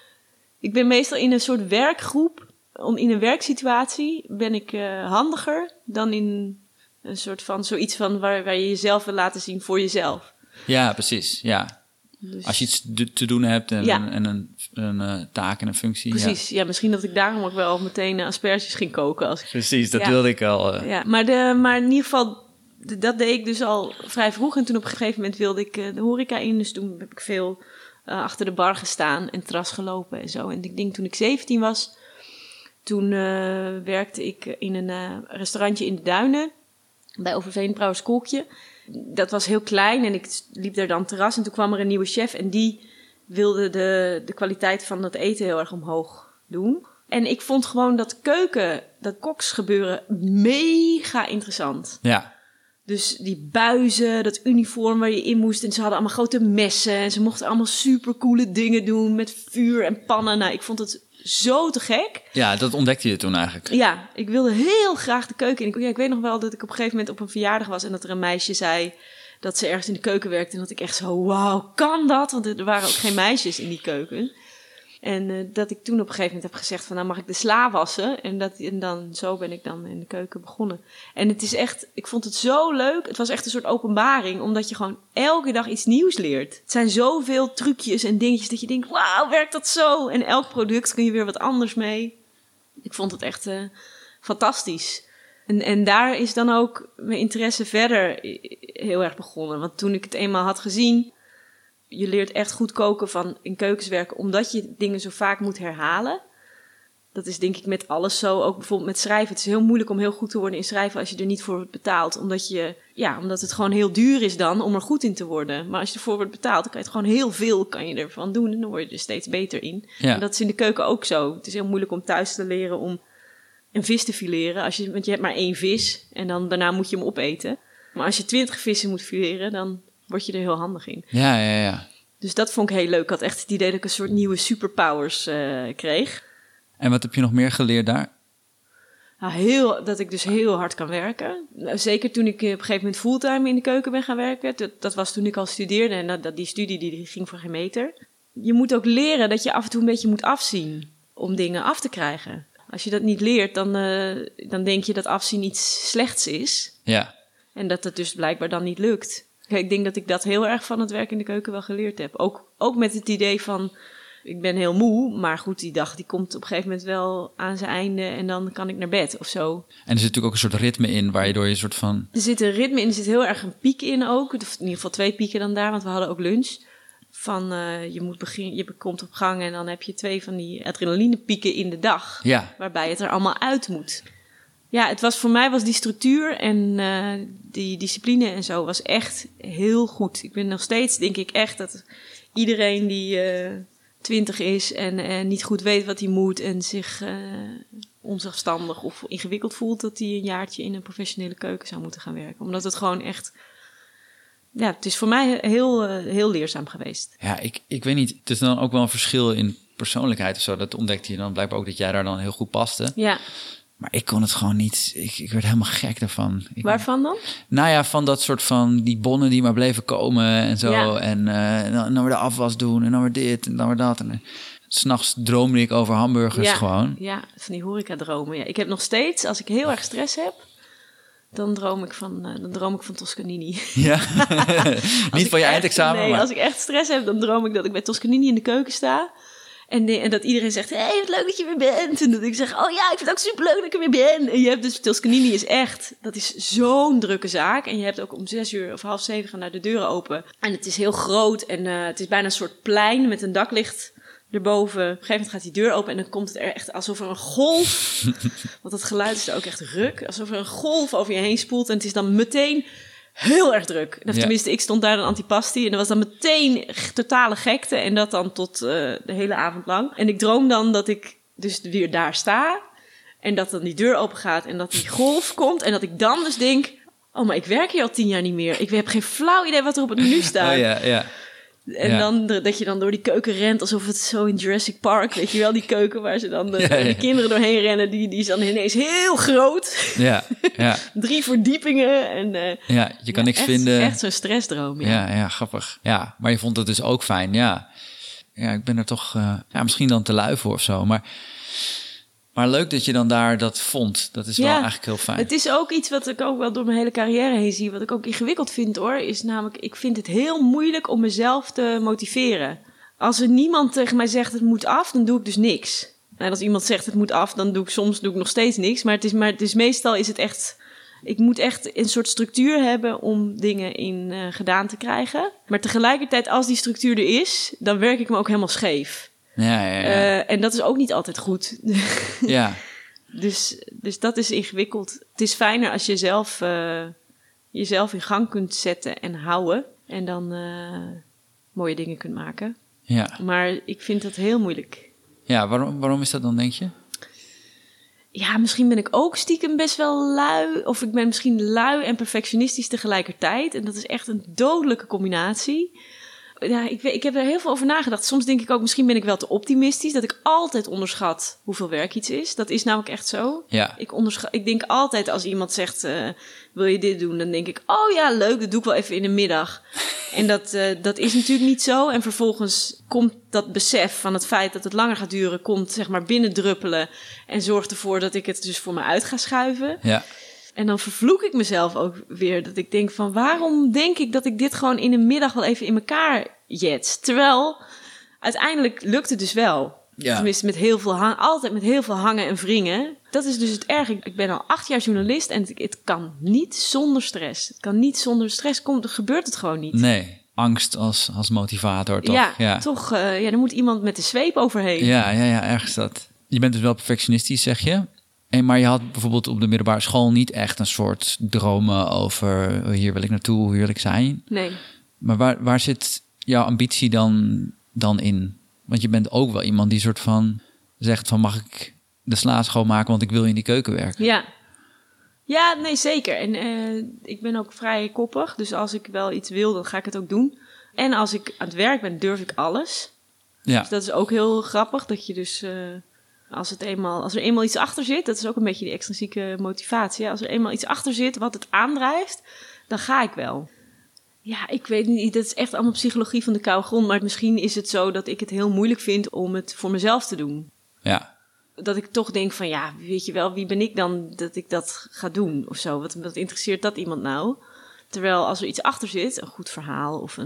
ik ben meestal in een soort werkgroep. In een werksituatie ben ik handiger dan in een soort van zoiets van waar je jezelf wil laten zien voor jezelf. Ja, precies, ja. Dus, als je iets te doen hebt en een taak en een functie. Precies, ja, misschien dat ik daarom ook wel meteen asperges ging koken. Precies, dat wilde ik al. Ja, maar in ieder geval, dat deed ik dus al vrij vroeg. En toen op een gegeven moment wilde ik de horeca in. Dus toen heb ik veel achter de bar gestaan en terras gelopen en zo. En ik denk toen ik 17 was, toen werkte ik in een restaurantje in de Duinen. Bij Overveen Brouwers Kolkje. Dat was heel klein en ik liep daar dan terras en toen kwam er een nieuwe chef en die wilde de kwaliteit van het eten heel erg omhoog doen. En ik vond gewoon dat koksgebeuren mega interessant. Ja. Dus die buizen, dat uniform waar je in moest. En ze hadden allemaal grote messen. En ze mochten allemaal supercoole dingen doen met vuur en pannen. Nou, ik vond het zo te gek. Ja, dat ontdekte je toen eigenlijk. Ja, ik wilde heel graag de keuken in. Ik weet nog wel dat ik op een gegeven moment op een verjaardag was... en dat er een meisje zei dat ze ergens in de keuken werkte. En dat ik echt zo, wauw, kan dat? Want er waren ook geen meisjes in die keuken. En dat ik toen op een gegeven moment heb gezegd van... nou mag ik de sla wassen? En dan zo ben ik dan in de keuken begonnen. En het is echt, ik vond het zo leuk. Het was echt een soort openbaring. Omdat je gewoon elke dag iets nieuws leert. Het zijn zoveel trucjes en dingetjes dat je denkt... wauw, werkt dat zo? En elk product kun je weer wat anders mee. Ik vond het echt fantastisch. En daar is dan ook mijn interesse verder heel erg begonnen. Want toen ik het eenmaal had gezien... je leert echt goed koken van in keukens werken... omdat je dingen zo vaak moet herhalen. Dat is denk ik met alles zo. Ook bijvoorbeeld met schrijven. Het is heel moeilijk om heel goed te worden in schrijven... als je er niet voor wordt betaald. Omdat het gewoon heel duur is dan om er goed in te worden. Maar als je ervoor wordt betaald... dan kan je het gewoon heel veel kan je ervan doen. En dan word je er steeds beter in. Ja. En dat is in de keuken ook zo. Het is heel moeilijk om thuis te leren om een vis te fileren. Want je hebt maar 1 vis. En dan daarna moet je hem opeten. Maar als je 20 vissen moet fileren... dan word je er heel handig in. Ja. Dus dat vond ik heel leuk. Ik had echt het idee dat ik een soort nieuwe superpowers kreeg. En wat heb je nog meer geleerd daar? Nou, dat ik dus heel hard kan werken. Zeker toen ik op een gegeven moment fulltime in de keuken ben gaan werken. Dat was toen ik al studeerde. En die studie die ging voor geen meter. Je moet ook leren dat je af en toe een beetje moet afzien om dingen af te krijgen. Als je dat niet leert, dan denk je dat afzien iets slechts is. Ja. En dat het dus blijkbaar dan niet lukt. Ik denk dat ik dat heel erg van het werk in de keuken wel geleerd heb. Ook met het idee van, ik ben heel moe, maar goed, die dag die komt op een gegeven moment wel aan zijn einde en dan kan ik naar bed of zo. En er zit natuurlijk ook een soort ritme in, waardoor je een soort van... Er zit een ritme in, er zit heel erg een piek in ook. In ieder geval 2 pieken dan daar, want we hadden ook lunch. Van, je komt op gang en dan heb je 2 van die adrenalinepieken in de dag. Ja. Waarbij het er allemaal uit moet. Ja, voor mij was die structuur en die discipline en zo was echt heel goed. Ik ben nog steeds, denk ik echt, dat iedereen die 20 is en niet goed weet wat hij moet... en zich onzelfstandig of ingewikkeld voelt... dat hij een jaartje in een professionele keuken zou moeten gaan werken. Omdat het gewoon echt... Ja, het is voor mij heel leerzaam geweest. Ja, ik weet niet. Het is dan ook wel een verschil in persoonlijkheid of zo. Dat ontdekte je dan blijkbaar ook dat jij daar dan heel goed paste. Ja. Maar ik kon het gewoon niet. Ik werd helemaal gek daarvan. Waarvan dan? Nou ja, van dat soort van die bonnen die maar bleven komen en zo. Ja. En dan weer de afwas doen en dan weer dit en dan weer dat. En 's nachts droomde ik over hamburgers gewoon. Ja, van die horecadromen. Ja. Ik heb nog steeds, als ik heel erg stress heb... Dan droom ik van Toscanini. Ja, niet van je eindexamen. Nee, maar... als ik echt stress heb, dan droom ik dat ik bij Toscanini in de keuken sta. En dat iedereen zegt, hey, wat leuk dat je weer bent. En dat ik zeg, oh ja, ik vind het ook superleuk dat ik er weer ben. En je hebt dus, Toscanini is echt, dat is zo'n drukke zaak. En je hebt ook om 6:00 of 6:30 gaan naar de deuren open. En het is heel groot en het is bijna een soort plein met een daklicht erboven. Op een gegeven moment gaat die deur open en dan komt het er echt alsof er een golf... want het geluid is er ook echt ruk. Alsof er een golf over je heen spoelt en het is dan meteen heel erg druk. Of tenminste, ik stond daar dan antipasti en er was dan meteen totale gekte en dat dan tot de hele avond lang. En ik droom dan dat ik dus weer daar sta en dat dan die deur open gaat en dat die golf komt en dat ik dan dus denk, oh, maar ik werk hier al 10 jaar niet meer. Ik heb geen flauw idee wat er op het menu staat. Oh, ja. En dan dat je dan door die keuken rent alsof het zo in Jurassic Park, weet je wel, die keuken waar ze dan de kinderen doorheen rennen, die is dan ineens heel groot. Ja. 3 verdiepingen. En, je kan niks vinden. Echt zo'n stressdroom. Ja, grappig. Ja, maar je vond het dus ook fijn, ja. Ja, ik ben er toch misschien dan te lui voor of zo, maar leuk dat je dan daar dat vond. Dat is wel eigenlijk heel fijn. Het is ook iets wat ik ook wel door mijn hele carrière heen zie. Wat ik ook ingewikkeld vind hoor. Is namelijk, ik vind het heel moeilijk om mezelf te motiveren. Als er niemand tegen mij zegt het moet af, dan doe ik dus niks. En als iemand zegt het moet af, dan doe ik nog steeds niks. Maar meestal is het echt... Ik moet echt een soort structuur hebben om dingen in gedaan te krijgen. Maar tegelijkertijd, als die structuur er is, dan werk ik me ook helemaal scheef. Ja. En dat is ook niet altijd goed. Ja. Dus dat is ingewikkeld. Het is fijner als je jezelf in gang kunt zetten en houden. En dan mooie dingen kunt maken. Ja. Maar ik vind dat heel moeilijk. Ja, waarom is dat dan, denk je? Ja, misschien ben ik ook stiekem best wel lui. Of ik ben misschien lui en perfectionistisch tegelijkertijd. En dat is echt een dodelijke combinatie. Ja, ik heb er heel veel over nagedacht. Soms denk ik ook, misschien ben ik wel te optimistisch. Dat ik altijd onderschat hoeveel werk iets is. Dat is namelijk echt zo. Ja. Ik denk altijd als iemand zegt, wil je dit doen? Dan denk ik, oh ja, leuk, dat doe ik wel even in de middag. En dat is natuurlijk niet zo. En vervolgens komt dat besef van het feit dat het langer gaat duren, komt zeg maar binnendruppelen en zorgt ervoor dat ik het dus voor me uit ga schuiven. Ja. En dan vervloek ik mezelf ook weer. Dat ik denk van, waarom denk ik dat ik dit gewoon in de middag wel even in elkaar jets? Terwijl, uiteindelijk lukt het dus wel. Ja. Tenminste, altijd met heel veel hangen en wringen. Dat is dus het erg. Ik ben al 8 jaar journalist en het kan niet zonder stress. Het kan niet zonder stress. Gebeurt het gewoon niet. Nee, angst als motivator, toch? Ja, toch. Er moet iemand met de zweep overheen. Ja, ergens dat. Je bent dus wel perfectionistisch, zeg je. Maar je had bijvoorbeeld op de middelbare school niet echt een soort dromen over hier wil ik naartoe, hier wil ik zijn. Nee. Maar waar zit jouw ambitie dan in? Want je bent ook wel iemand die soort van zegt van mag ik de sla schoonmaken, want ik wil in die keuken werken. Ja, nee, zeker. En ik ben ook vrij koppig, dus als ik wel iets wil, dan ga ik het ook doen. En als ik aan het werk ben, durf ik alles. Ja. Dus dat is ook heel grappig, dat je dus als er eenmaal iets achter zit, dat is ook een beetje die extrinsieke motivatie. Als er eenmaal iets achter zit wat het aandrijft, dan ga ik wel. Ja, ik weet niet, dat is echt allemaal psychologie van de koude grond, maar misschien is het zo dat ik het heel moeilijk vind om het voor mezelf te doen. Ja. Dat ik toch denk van, ja, weet je wel, wie ben ik dan dat ik dat ga doen of zo? Wat interesseert dat iemand nou? Terwijl als er iets achter zit, een goed verhaal of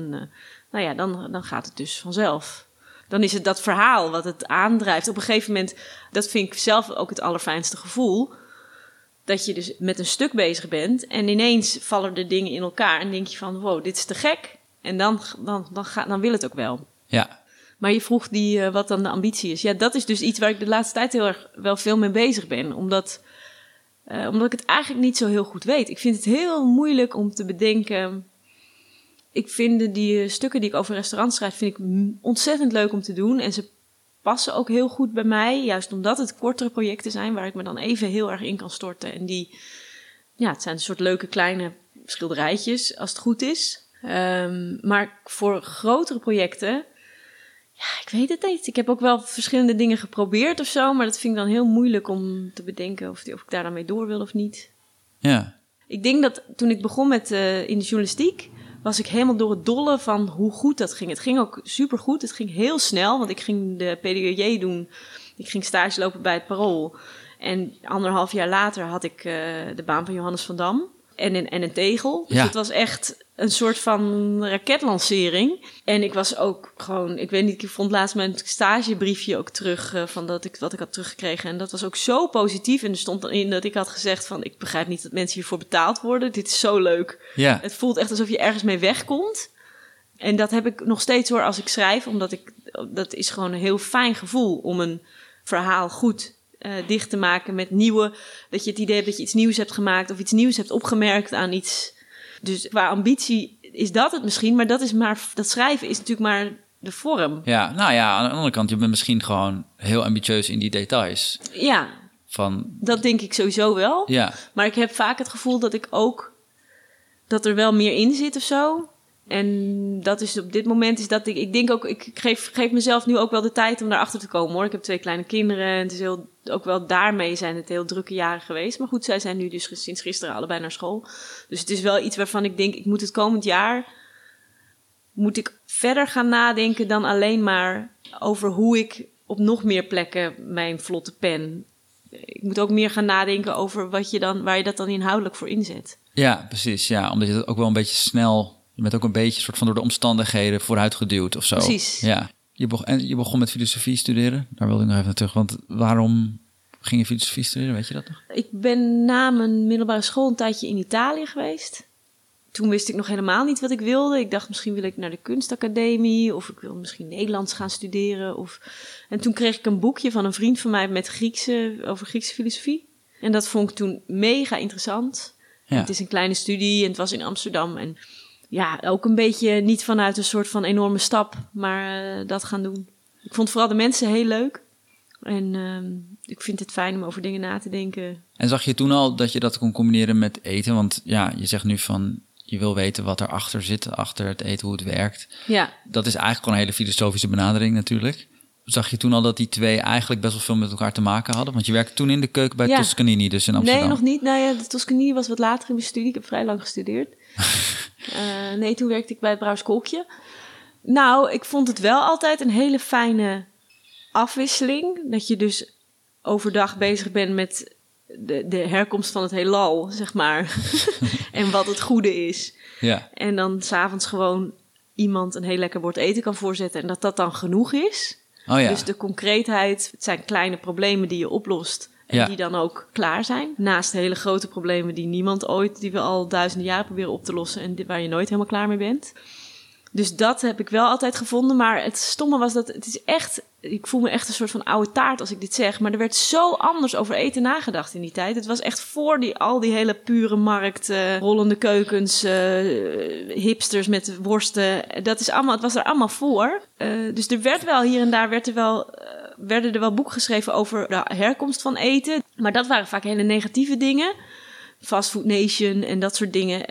dan gaat het dus vanzelf. Dan is het dat verhaal wat het aandrijft. Op een gegeven moment, dat vind ik zelf ook het allerfijnste gevoel, dat je dus met een stuk bezig bent en ineens vallen er dingen in elkaar en denk je van, wow, dit is te gek. En dan wil het ook wel. Ja. Maar je vroeg wat dan de ambitie is. Ja, dat is dus iets waar ik de laatste tijd heel erg wel veel mee bezig ben. Omdat ik het eigenlijk niet zo heel goed weet. Ik vind het heel moeilijk om te bedenken. Ik vind die stukken die ik over restaurants schrijf, vind ik ontzettend leuk om te doen. En ze passen ook heel goed bij mij. Juist omdat het kortere projecten zijn waar ik me dan even heel erg in kan storten. En het zijn een soort leuke kleine schilderijtjes als het goed is. Maar voor grotere projecten, ja, ik weet het niet. Ik heb ook wel verschillende dingen geprobeerd of zo, maar dat vind ik dan heel moeilijk om te bedenken of ik daar dan mee door wil of niet. Ja. Ik denk dat toen ik begon met in de journalistiek, was ik helemaal door het dolle van hoe goed dat ging. Het ging ook supergoed. Het ging heel snel, want ik ging de PDJ doen. Ik ging stage lopen bij het Parool. En 1,5 jaar later had ik de baan van Johannes van Dam en een tegel. Dus het was echt een soort van raketlancering. En ik was ook gewoon, ik weet niet, ik vond laatst mijn stagebriefje ook terug van wat ik had teruggekregen. En dat was ook zo positief. En er stond erin dat ik had gezegd van, ik begrijp niet dat mensen hiervoor betaald worden. Dit is zo leuk. Ja. Het voelt echt alsof je ergens mee wegkomt. En dat heb ik nog steeds hoor als ik schrijf, omdat dat is gewoon een heel fijn gevoel om een verhaal goed dicht te maken met dat je het idee hebt dat je iets nieuws hebt gemaakt of iets nieuws hebt opgemerkt aan iets. Dus qua ambitie is dat het misschien, maar dat schrijven is natuurlijk maar de vorm. Ja, nou ja, aan de andere kant, je bent misschien gewoon heel ambitieus in die details. Ja, dat denk ik sowieso wel. Ja. Maar ik heb vaak het gevoel dat er wel meer in zit of zo. En dat is op dit moment ik denk ook, ik geef mezelf nu ook wel de tijd om daarachter te komen hoor. Ik heb 2 kleine kinderen en het is ook wel daarmee zijn het heel drukke jaren geweest. Maar goed, zij zijn nu dus sinds gisteren allebei naar school. Dus het is wel iets waarvan ik denk, ik moet het komend jaar verder gaan nadenken dan alleen maar over hoe ik op nog meer plekken mijn vlotte pen. Ik moet ook meer gaan nadenken over waar je dat dan inhoudelijk voor inzet. Ja, precies. Ja, omdat je het ook wel een beetje snel, je bent ook een beetje soort van door de omstandigheden vooruit geduwd of zo. Precies. Ja. Je begon met filosofie studeren. Daar wilde ik nog even naar terug. Want waarom ging je filosofie studeren? Weet je dat nog? Ik ben na mijn middelbare school een tijdje in Italië geweest. Toen wist ik nog helemaal niet wat ik wilde. Ik dacht, misschien wil ik naar de kunstacademie of ik wil misschien Nederlands gaan studeren. En toen kreeg ik een boekje van een vriend van mij met over Griekse filosofie. En dat vond ik toen mega interessant. Ja. Het is een kleine studie en het was in Amsterdam. En ook een beetje niet vanuit een soort van enorme stap, maar dat gaan doen. Ik vond vooral de mensen heel leuk. En ik vind het fijn om over dingen na te denken. En zag je toen al dat je dat kon combineren met eten? Want ja, je zegt nu van, je wil weten wat erachter zit, achter het eten, hoe het werkt. Ja. Dat is eigenlijk gewoon een hele filosofische benadering natuurlijk. Zag je toen al dat die twee eigenlijk best wel veel met elkaar te maken hadden? Want je werkte toen in de keuken bij Toscanini, dus in Amsterdam. Nee, nog niet. Nou ja, de Toscanini was wat later in mijn studie. Ik heb vrij lang gestudeerd. Nee, toen werkte ik bij het Brouwers Kolkje. Nou, ik vond het wel altijd een hele fijne afwisseling. Dat je dus overdag bezig bent met de herkomst van het heelal, zeg maar. En wat het goede is. Ja. En dan 's avonds gewoon iemand een heel lekker bord eten kan voorzetten. En dat dan genoeg is. Oh ja. Dus de concreetheid, het zijn kleine problemen die je oplost. En die dan ook klaar zijn. Naast hele grote problemen die we al duizenden jaren proberen op te lossen. En waar je nooit helemaal klaar mee bent. Dus dat heb ik wel altijd gevonden. Maar het stomme was dat het is echt... Ik voel me echt een soort van oude taart als ik dit zeg. Maar er werd zo anders over eten nagedacht in die tijd. Het was echt voor al die hele pure markt, rollende keukens, hipsters met worsten. Het was er allemaal voor. Dus er werd wel hier en daar werden er wel boeken geschreven over de herkomst van eten. Maar dat waren vaak hele negatieve dingen. Fast Food Nation en dat soort dingen.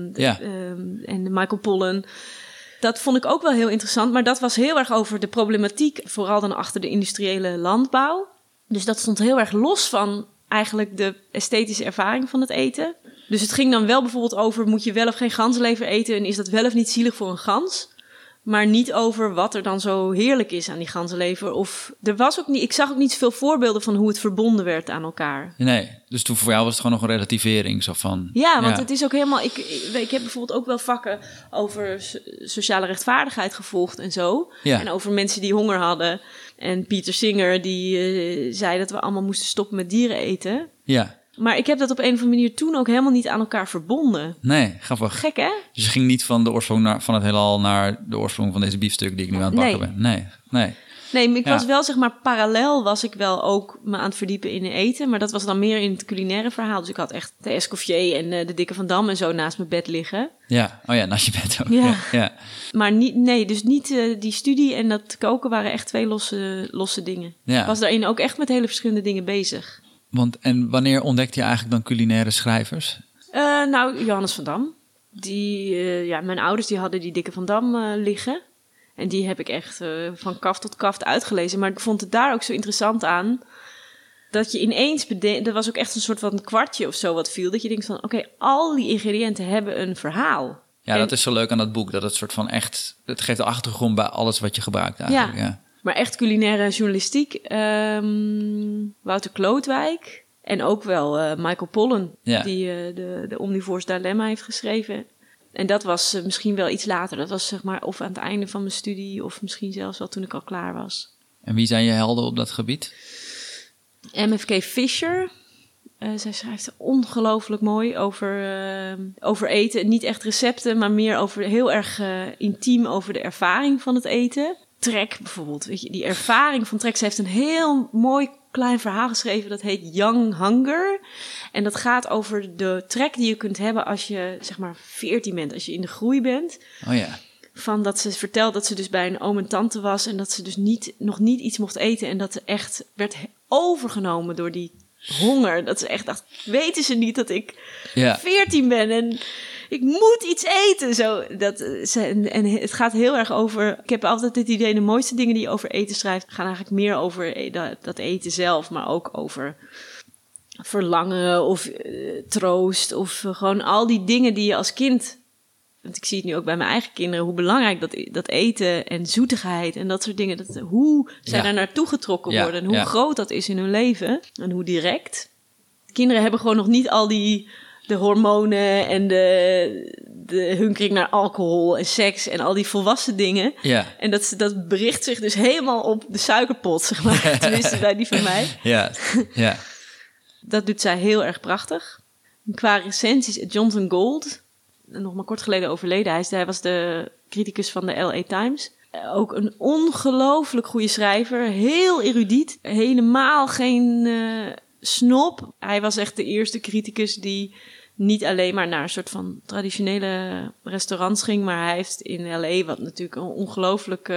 En de Michael Pollan. Dat vond ik ook wel heel interessant, maar dat was heel erg over de problematiek, vooral dan achter de industriële landbouw. Dus dat stond heel erg los van eigenlijk de esthetische ervaring van het eten. Dus het ging dan wel bijvoorbeeld over, moet je wel of geen ganzenlever eten en is dat wel of niet zielig voor een gans? Maar niet over wat er dan zo heerlijk is aan die ganzenlever. Of ik zag ook niet zoveel voorbeelden van hoe het verbonden werd aan elkaar. Nee, dus toen voor jou was het gewoon nog een relativering. Zo van, ja, want het is ook helemaal... Ik heb bijvoorbeeld ook wel vakken over sociale rechtvaardigheid gevolgd en zo. Ja. En over mensen die honger hadden. En Pieter Singer die zei dat we allemaal moesten stoppen met dieren eten. Ja. Maar ik heb dat op een of andere manier toen ook helemaal niet aan elkaar verbonden. Nee, grappig. Gek, hè? Dus je ging niet van de oorsprong van het heelal naar de oorsprong van deze biefstuk die ik nu aan het bakken ben. Nee. Nee, maar ik was wel, zeg maar, parallel was ik wel ook me aan het verdiepen in eten. Maar dat was dan meer in het culinaire verhaal. Dus ik had echt de Escoffier en de Dikke van Dam en zo naast mijn bed liggen. Ja, naast je bed ook. Ja. Maar niet die studie en dat koken waren echt twee losse dingen. Ja. Ik was daarin ook echt met hele verschillende dingen bezig. En wanneer ontdekte je eigenlijk dan culinaire schrijvers? Johannes van Dam. Mijn ouders die hadden die Dikke van Dam liggen. En die heb ik echt van kaft tot kaft uitgelezen. Maar ik vond het daar ook zo interessant aan dat je ineens bedenkt... Er was ook echt een soort van kwartje of zo wat viel. Dat je denkt van, oké, al die ingrediënten hebben een verhaal. Ja, dat is zo leuk aan dat boek. Dat het soort van echt... Het geeft de achtergrond bij alles wat je gebruikt eigenlijk. Ja. Maar echt culinaire journalistiek. Wouter Klootwijk. En ook wel Michael Pollan. Ja. Die de Omnivores Dilemma heeft geschreven. En dat was misschien wel iets later. Dat was zeg maar of aan het einde van mijn studie... of misschien zelfs wel toen ik al klaar was. En wie zijn je helden op dat gebied? MFK Fisher. Zij schrijft ongelooflijk mooi over eten. Niet echt recepten, maar meer over heel erg intiem over de ervaring van het eten. Trek bijvoorbeeld. Weet je, die ervaring van Trek. Ze heeft een heel mooi klein verhaal geschreven. Dat heet Young Hunger. En dat gaat over de trek die je kunt hebben als je zeg maar 14 bent. Als je in de groei bent. Oh ja. Van dat ze vertelt dat ze dus bij een oom en tante was. En dat ze dus nog niet iets mocht eten. En dat ze echt werd overgenomen door die honger. Dat ze echt dacht, weten ze niet dat ik 14 ben en ik moet iets eten. Zo, en het gaat heel erg over... Ik heb altijd het idee, de mooiste dingen die je over eten schrijft... gaan eigenlijk meer over dat eten zelf, maar ook over verlangen of troost. Of gewoon al die dingen die je als kind... Want ik zie het nu ook bij mijn eigen kinderen... hoe belangrijk dat eten en zoetigheid en dat soort dingen... hoe zij daar naartoe getrokken worden... en hoe groot dat is in hun leven en hoe direct. Kinderen hebben gewoon nog niet al de hormonen en de hunkering naar alcohol en seks... en al die volwassen dingen. Ja. En dat bericht zich dus helemaal op de suikerpot, zeg maar. Tenminste, bij die van mij. Ja. Dat doet zij heel erg prachtig. En qua recensies, Jonathan Gold... nog maar kort geleden overleden. Hij was de criticus van de LA Times. Ook een ongelooflijk goede schrijver. Heel erudiet. Helemaal geen snob. Hij was echt de eerste criticus die niet alleen maar naar een soort van traditionele restaurants ging, maar hij heeft in L.A., wat natuurlijk een ongelooflijk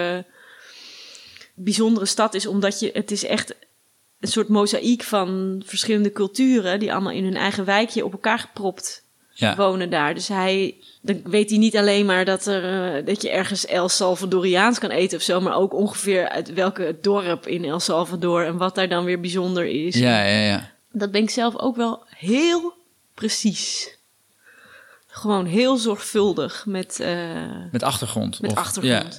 bijzondere stad is, omdat het is echt een soort mozaïek van verschillende culturen die allemaal in hun eigen wijkje op elkaar gepropt wonen daar. Dus dan weet hij niet alleen maar dat je ergens El Salvadoriaans kan eten of zo, maar ook ongeveer uit welke dorp in El Salvador en wat daar dan weer bijzonder is. Ja. Dat ben ik zelf ook wel heel precies. Gewoon heel zorgvuldig met achtergrond. Met achtergrond,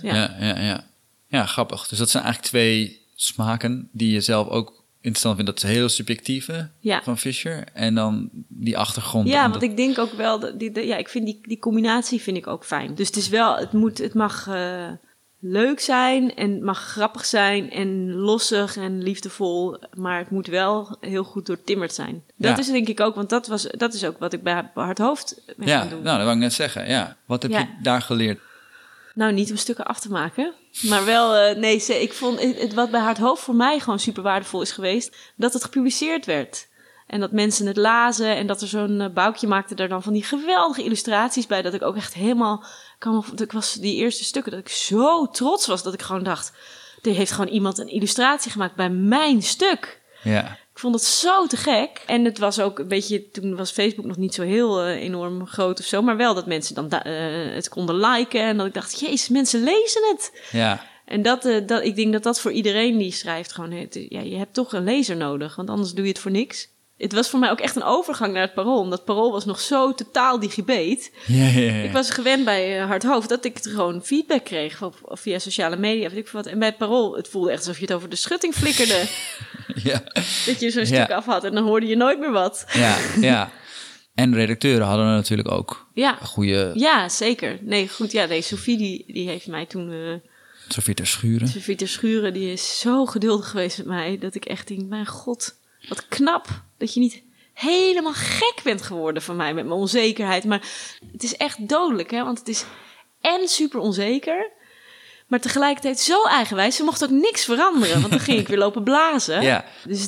Ja, grappig. Dus dat zijn eigenlijk 2 smaken die je zelf ook interessant vindt. Dat is heel subjectieve van Fischer. En dan die achtergrond. Ja, want ik denk ook wel, ik vind die combinatie vind ik ook fijn. Dus het is wel, het mag leuk zijn en het mag grappig zijn en lossig en liefdevol. Maar het moet wel heel goed doortimmerd zijn. Dat is denk ik ook, want dat is ook wat ik bij Hard Hoofd ben gaan doen. Nou, dat wou ik net zeggen. Ja. Wat heb je daar geleerd? Nou, niet om stukken af te maken. Maar wel, ik vond het wat bij Hard Hoofd voor mij gewoon super waardevol is geweest, dat het gepubliceerd werd. En dat mensen het lazen en dat er zo'n Boukje maakte daar dan van die geweldige illustraties bij, dat ik ook echt helemaal, ik was die eerste stukken, dat ik zo trots was, dat ik gewoon dacht, er heeft gewoon iemand een illustratie gemaakt bij mijn stuk. Ja. Ik vond het zo te gek. En het was ook een beetje, toen was Facebook nog niet zo heel enorm groot of zo, maar wel dat mensen dan het konden liken en dat ik dacht, jezus, mensen lezen het. Ja. En ik denk dat voor iedereen die schrijft gewoon, je hebt toch een lezer nodig, want anders doe je het voor niks. Het was voor mij ook echt een overgang naar het Parool, omdat Parool was nog zo totaal digibeet. Ja. Ik was gewend bij Hard Hoofd dat ik gewoon feedback kreeg of via sociale media, weet ik veel wat. En bij het Parool, het voelde echt alsof je het over de schutting flikkerde. Ja. Dat je zo'n stuk af had en dan hoorde je nooit meer wat. Ja. En redacteuren hadden er natuurlijk ook een goede... Ja, zeker. Nee, goed. Ja, Sophie die heeft mij toen... Sophie ter Schuren, die is zo geduldig geweest met mij, dat ik echt denk, mijn god, wat knap dat je niet helemaal gek bent geworden van mij met mijn onzekerheid. Maar het is echt dodelijk, hè? Want het is en super onzeker, maar tegelijkertijd zo eigenwijs. Ze mocht ook niks veranderen, want dan ging ik weer lopen blazen. Ja. Dus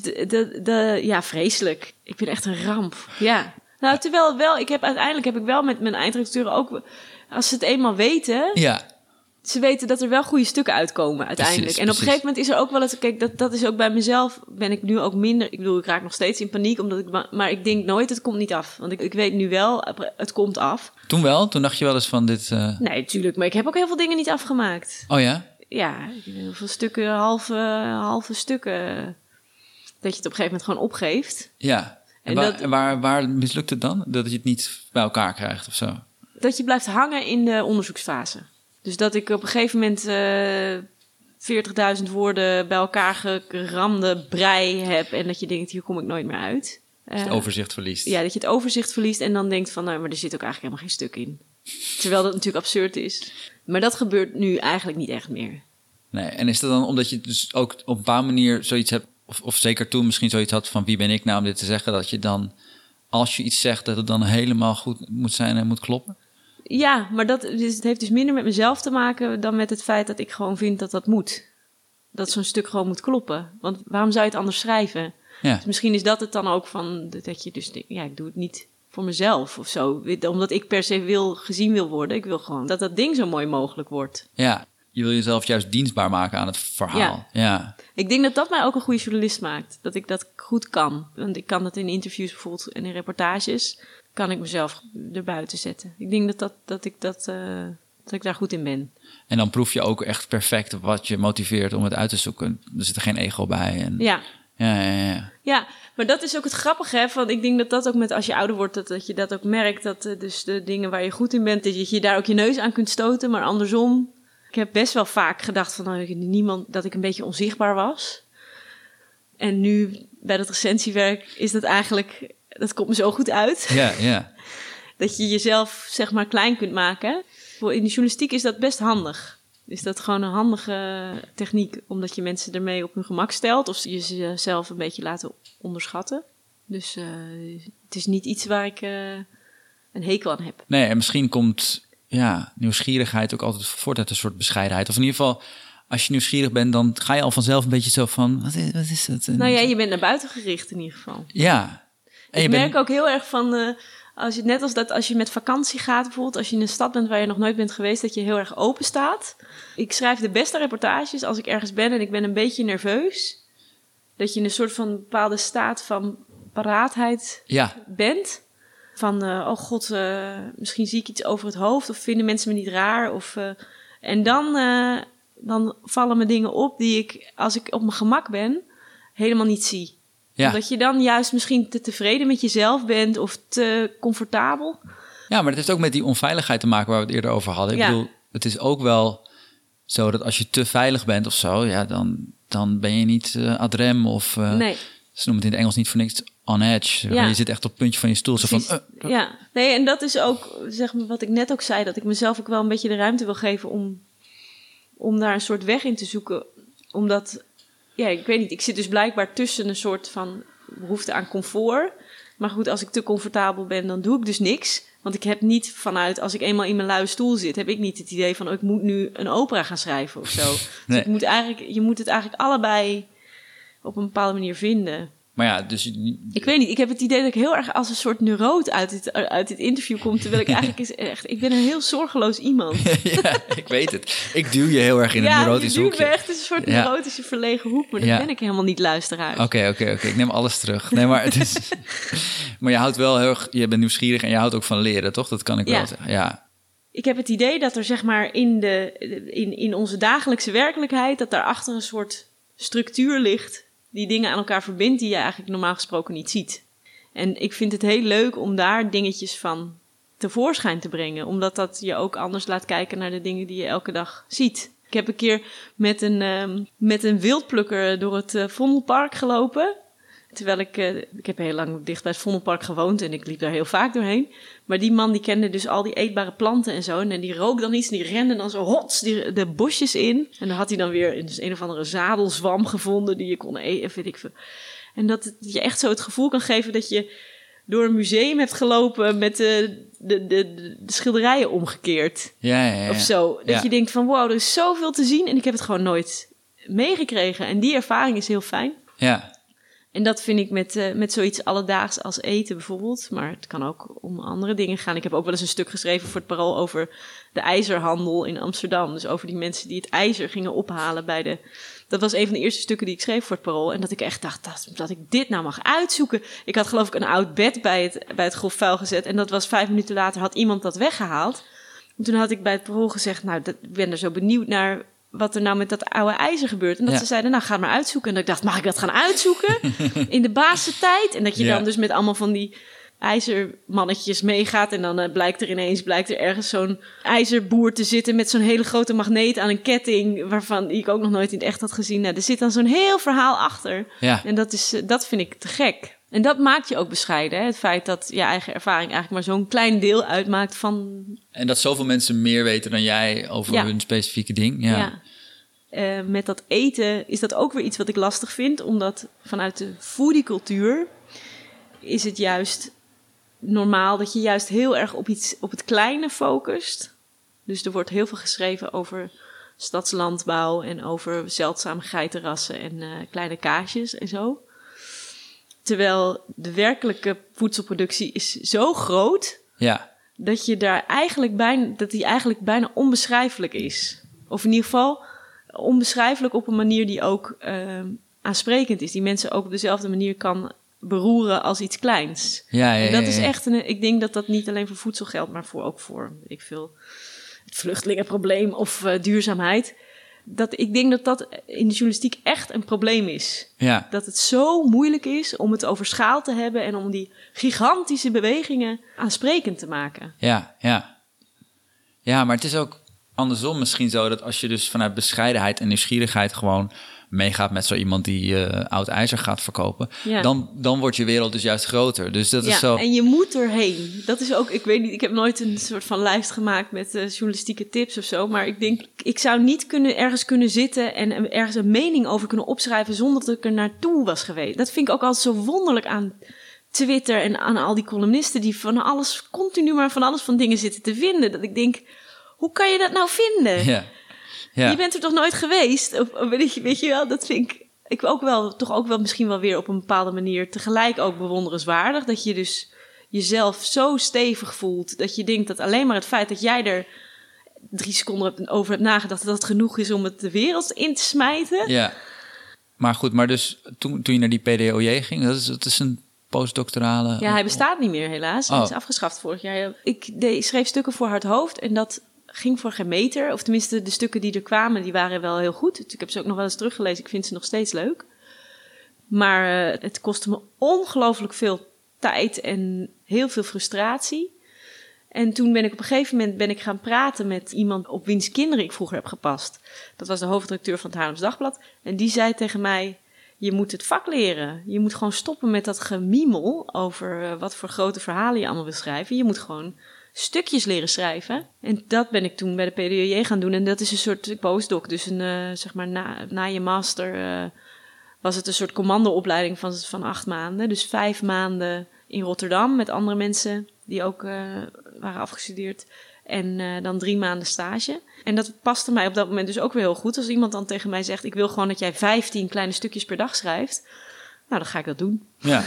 vreselijk. Ik ben echt een ramp. Ja. Nou, terwijl uiteindelijk heb ik wel met mijn eindredacteuren ook, als ze het eenmaal weten... Ja. Ze weten dat er wel goede stukken uitkomen uiteindelijk. Precies, en op een gegeven moment is er ook wel eens... Kijk, dat is ook bij mezelf, ben ik nu ook minder... Ik bedoel, ik raak nog steeds in paniek, maar ik denk nooit, het komt niet af. Want ik weet nu wel, het komt af. Toen wel? Toen dacht je wel eens van dit... Nee, natuurlijk, maar ik heb ook heel veel dingen niet afgemaakt. Oh ja? Ja, heel veel stukken, halve stukken... Dat je het op een gegeven moment gewoon opgeeft. Ja. En waar mislukt het dan? Dat je het niet bij elkaar krijgt of zo? Dat je blijft hangen in de onderzoeksfase. Dus dat ik op een gegeven moment 40.000 woorden bij elkaar geramde brei heb. En dat je denkt, hier kom ik nooit meer uit. Dat je het overzicht verliest. Ja, dat je het overzicht verliest en dan denkt van, nou, maar er zit ook eigenlijk helemaal geen stuk in. Terwijl dat natuurlijk absurd is. Maar dat gebeurt nu eigenlijk niet echt meer. Nee, en is dat dan omdat je dus ook op een bepaalde manier zoiets hebt, of zeker toen misschien zoiets had van wie ben ik nou om dit te zeggen, dat je dan, als je iets zegt, dat het dan helemaal goed moet zijn en moet kloppen? Ja, maar het heeft dus minder met mezelf te maken dan met het feit dat ik gewoon vind dat dat moet. Dat zo'n stuk gewoon moet kloppen. Want waarom zou je het anders schrijven? Ja. Dus misschien is dat het dan ook van, dat je dus denkt, ja, ik doe het niet voor mezelf of zo. Omdat ik per se gezien wil worden. Ik wil gewoon dat dat ding zo mooi mogelijk wordt. Ja, je wil jezelf juist dienstbaar maken aan het verhaal. Ja. Ik denk dat dat mij ook een goede journalist maakt. Dat ik dat goed kan. Want ik kan dat in interviews bijvoorbeeld en in reportages, kan ik mezelf erbuiten zetten. Ik denk dat ik daar goed in ben. En dan proef je ook echt perfect wat je motiveert om het uit te zoeken. Er zit er geen ego bij. En... Ja. Ja, maar dat is ook het grappige, hè? Want ik denk dat ook met als je ouder wordt, dat je dat ook merkt. Dat dus de dingen waar je goed in bent, dat je daar ook je neus aan kunt stoten. Maar andersom, ik heb best wel vaak gedacht van dat ik een beetje onzichtbaar was. En nu bij dat recensiewerk is dat eigenlijk, dat komt me zo goed uit. Ja. Dat je jezelf zeg maar klein kunt maken. In de journalistiek is dat best handig. Is dat gewoon een handige techniek, omdat je mensen ermee op hun gemak stelt of je jezelf een beetje laten onderschatten. Dus het is niet iets waar ik een hekel aan heb. Nee, en misschien komt nieuwsgierigheid ook altijd voort uit een soort bescheidenheid. Of in ieder geval, als je nieuwsgierig bent, dan ga je al vanzelf een beetje zo van, wat is dat? Nou ja, je bent naar buiten gericht in ieder geval. Ja. Ik merk ook heel erg van, Als je met vakantie gaat bijvoorbeeld, als je in een stad bent waar je nog nooit bent geweest, dat je heel erg open staat. Ik schrijf de beste reportages als ik ergens ben en ik ben een beetje nerveus. Dat je in een soort van bepaalde staat van paraatheid bent. Van, oh god, misschien zie ik iets over het hoofd of vinden mensen me niet raar. En dan vallen me dingen op die ik, als ik op mijn gemak ben, helemaal niet zie. Ja. Omdat je dan juist misschien te tevreden met jezelf bent of te comfortabel. Ja, maar dat heeft ook met die onveiligheid te maken waar we het eerder over hadden. Ik bedoel, het is ook wel zo dat als je te veilig bent of zo, ja, dan ben je niet ad rem of... nee. Ze noemen het in het Engels niet voor niks on edge. Ja. Je zit echt op het puntje van je stoel. Zo van, Ja, nee, en dat is ook, zeg maar, wat ik net ook zei, dat ik mezelf ook wel een beetje de ruimte wil geven om daar een soort weg in te zoeken. Omdat, ja, ik weet niet, ik zit dus blijkbaar tussen een soort van behoefte aan comfort. Maar goed, als ik te comfortabel ben, dan doe ik dus niks. Want ik heb niet vanuit, als ik eenmaal in mijn luie stoel zit, heb ik niet het idee van, ik moet nu een opera gaan schrijven of zo. Nee. Dus je moet het eigenlijk allebei op een bepaalde manier vinden. Maar ja, dus... Ik weet niet, ik heb het idee dat ik heel erg als een soort neuroot uit dit interview kom. Terwijl ik eigenlijk ik ben een heel zorgeloos iemand. Ja, ik weet het. Ik duw je heel erg in een neurotisch hoekje. Ja, je duwt me echt in een soort neurotische verlegen hoek. Maar dat ben ik helemaal niet, luisteraar. Oké. Ik neem alles terug. Nee, maar het is... Maar je houdt wel heel erg... Je bent nieuwsgierig en je houdt ook van leren, toch? Dat kan ik wel zeggen. Ja. Ik heb het idee dat er zeg maar in onze dagelijkse werkelijkheid, dat daarachter een soort structuur ligt die dingen aan elkaar verbindt die je eigenlijk normaal gesproken niet ziet. En ik vind het heel leuk om daar dingetjes van tevoorschijn te brengen, omdat dat je ook anders laat kijken naar de dingen die je elke dag ziet. Ik heb een keer met een wildplukker door het Vondelpark gelopen. Terwijl ik heb heel lang dicht bij het Vondelpark gewoond en ik liep daar heel vaak doorheen. Maar die man die kende dus al die eetbare planten en zo. En die rook dan iets en die rende dan zo hots de bosjes in. En dan had hij dan weer een of andere zadelzwam gevonden die je kon eten, weet ik veel. En dat je echt zo het gevoel kan geven dat je door een museum hebt gelopen met de schilderijen omgekeerd. Ja. Of zo. Dat je denkt van wow, er is zoveel te zien en ik heb het gewoon nooit meegekregen. En die ervaring is heel fijn. Ja. En dat vind ik met zoiets alledaags als eten bijvoorbeeld. Maar het kan ook om andere dingen gaan. Ik heb ook wel eens een stuk geschreven voor het Parool over de ijzerhandel in Amsterdam. Dus over die mensen die het ijzer gingen ophalen bij de... Dat was een van de eerste stukken die ik schreef voor het Parool. En dat ik echt dacht dat ik dit nou mag uitzoeken. Ik had geloof ik een oud bed bij het grof vuil gezet. En dat was 5 minuten later had iemand dat weggehaald. En toen had ik bij het Parool gezegd, nou, ik ben er zo benieuwd naar wat er nou met dat oude ijzer gebeurt. En dat ze zeiden, nou, ga het maar uitzoeken. En dat ik dacht, mag ik dat gaan uitzoeken? In de basistijd? En dat je dan dus met allemaal van die ijzermannetjes meegaat. En dan blijkt er ergens zo'n ijzerboer te zitten met zo'n hele grote magneet aan een ketting, waarvan die ik ook nog nooit in het echt had gezien. Nou, er zit dan zo'n heel verhaal achter. Ja. En dat vind ik te gek. En dat maakt je ook bescheiden. Hè? Het feit dat je eigen ervaring eigenlijk maar zo'n klein deel uitmaakt van... En dat zoveel mensen meer weten dan jij over hun specifieke ding. Ja. Met dat eten is dat ook weer iets wat ik lastig vind. Omdat vanuit de foodiecultuur is het juist normaal dat je juist heel erg op het kleine focust. Dus er wordt heel veel geschreven over stadslandbouw en over zeldzame geitenrassen en kleine kaasjes en zo. Terwijl de werkelijke voedselproductie is zo groot dat je daar eigenlijk bijna onbeschrijfelijk is. Of in ieder geval onbeschrijfelijk op een manier die ook aansprekend is. Die mensen ook op dezelfde manier kan beroeren als iets kleins. En dat is echt ik denk dat niet alleen voor voedsel geldt, maar ook voor het vluchtelingenprobleem of duurzaamheid. Ik denk dat in de journalistiek echt een probleem is. Ja. Dat het zo moeilijk is om het over schaal te hebben en om die gigantische bewegingen aansprekend te maken. Ja, maar het is ook andersom misschien zo dat als je dus vanuit bescheidenheid en nieuwsgierigheid gewoon meegaat met zo iemand die oud ijzer gaat verkopen, dan wordt je wereld dus juist groter. Dus dat is zo. En je moet erheen. Dat is ook, ik weet niet, ik heb nooit een soort van lijst gemaakt met journalistieke tips of zo, maar ik denk, ik zou niet ergens kunnen zitten en ergens een mening over kunnen opschrijven zonder dat ik er naartoe was geweest. Dat vind ik ook altijd zo wonderlijk aan Twitter en aan al die columnisten die continu maar van alles van dingen zitten te vinden. Dat ik denk, hoe kan je dat nou vinden? Ja. Je bent er toch nooit geweest? Of weet je wel, dat vind ik ook wel, toch ook wel misschien wel weer op een bepaalde manier tegelijk ook bewonderenswaardig. Dat je dus jezelf zo stevig voelt... dat je denkt dat alleen maar het feit dat jij er 3 seconden over hebt nagedacht... dat het genoeg is om het de wereld in te smijten. Ja, maar goed, maar dus toen je naar die PDOJ ging... dat is een postdoctorale... Ja, hij bestaat niet meer helaas. Hij is afgeschaft vorig jaar. Ik schreef stukken voor Hard Hoofd en dat ging voor geen meter. Of tenminste, de stukken die er kwamen, die waren wel heel goed. Dus ik heb ze ook nog wel eens teruggelezen. Ik vind ze nog steeds leuk. Maar het kostte me ongelooflijk veel tijd en heel veel frustratie. En toen ben ik op een gegeven moment gaan praten met iemand op wiens kinderen ik vroeger heb gepast. Dat was de hoofdredacteur van het Haarlems Dagblad. En die zei tegen mij... Je moet het vak leren. Je moet gewoon stoppen met dat gemiemel over wat voor grote verhalen je allemaal wil schrijven. Je moet gewoon stukjes leren schrijven. En dat ben ik toen bij de PDOJ gaan doen. En dat is een soort postdoc. Dus zeg maar na je master was het een soort commandoopleiding van 8 maanden. Dus 5 maanden in Rotterdam met andere mensen die ook waren afgestudeerd. En dan 3 maanden stage. En dat paste mij op dat moment dus ook weer heel goed. Als iemand dan tegen mij zegt... ik wil gewoon dat jij 15 kleine stukjes per dag schrijft. Nou, dan ga ik dat doen. Ja.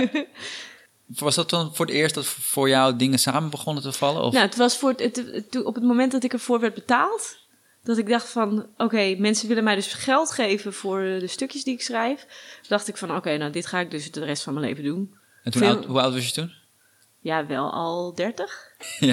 Was dat dan voor het eerst dat voor jou dingen samen begonnen te vallen? Of? Nou, het was op het moment dat ik ervoor werd betaald... dat ik dacht van... oké, mensen willen mij dus geld geven voor de stukjes die ik schrijf. Toen dacht ik van oké, nou dit ga ik dus de rest van mijn leven doen. En toen, hoe oud was je toen? Ja, wel al 30.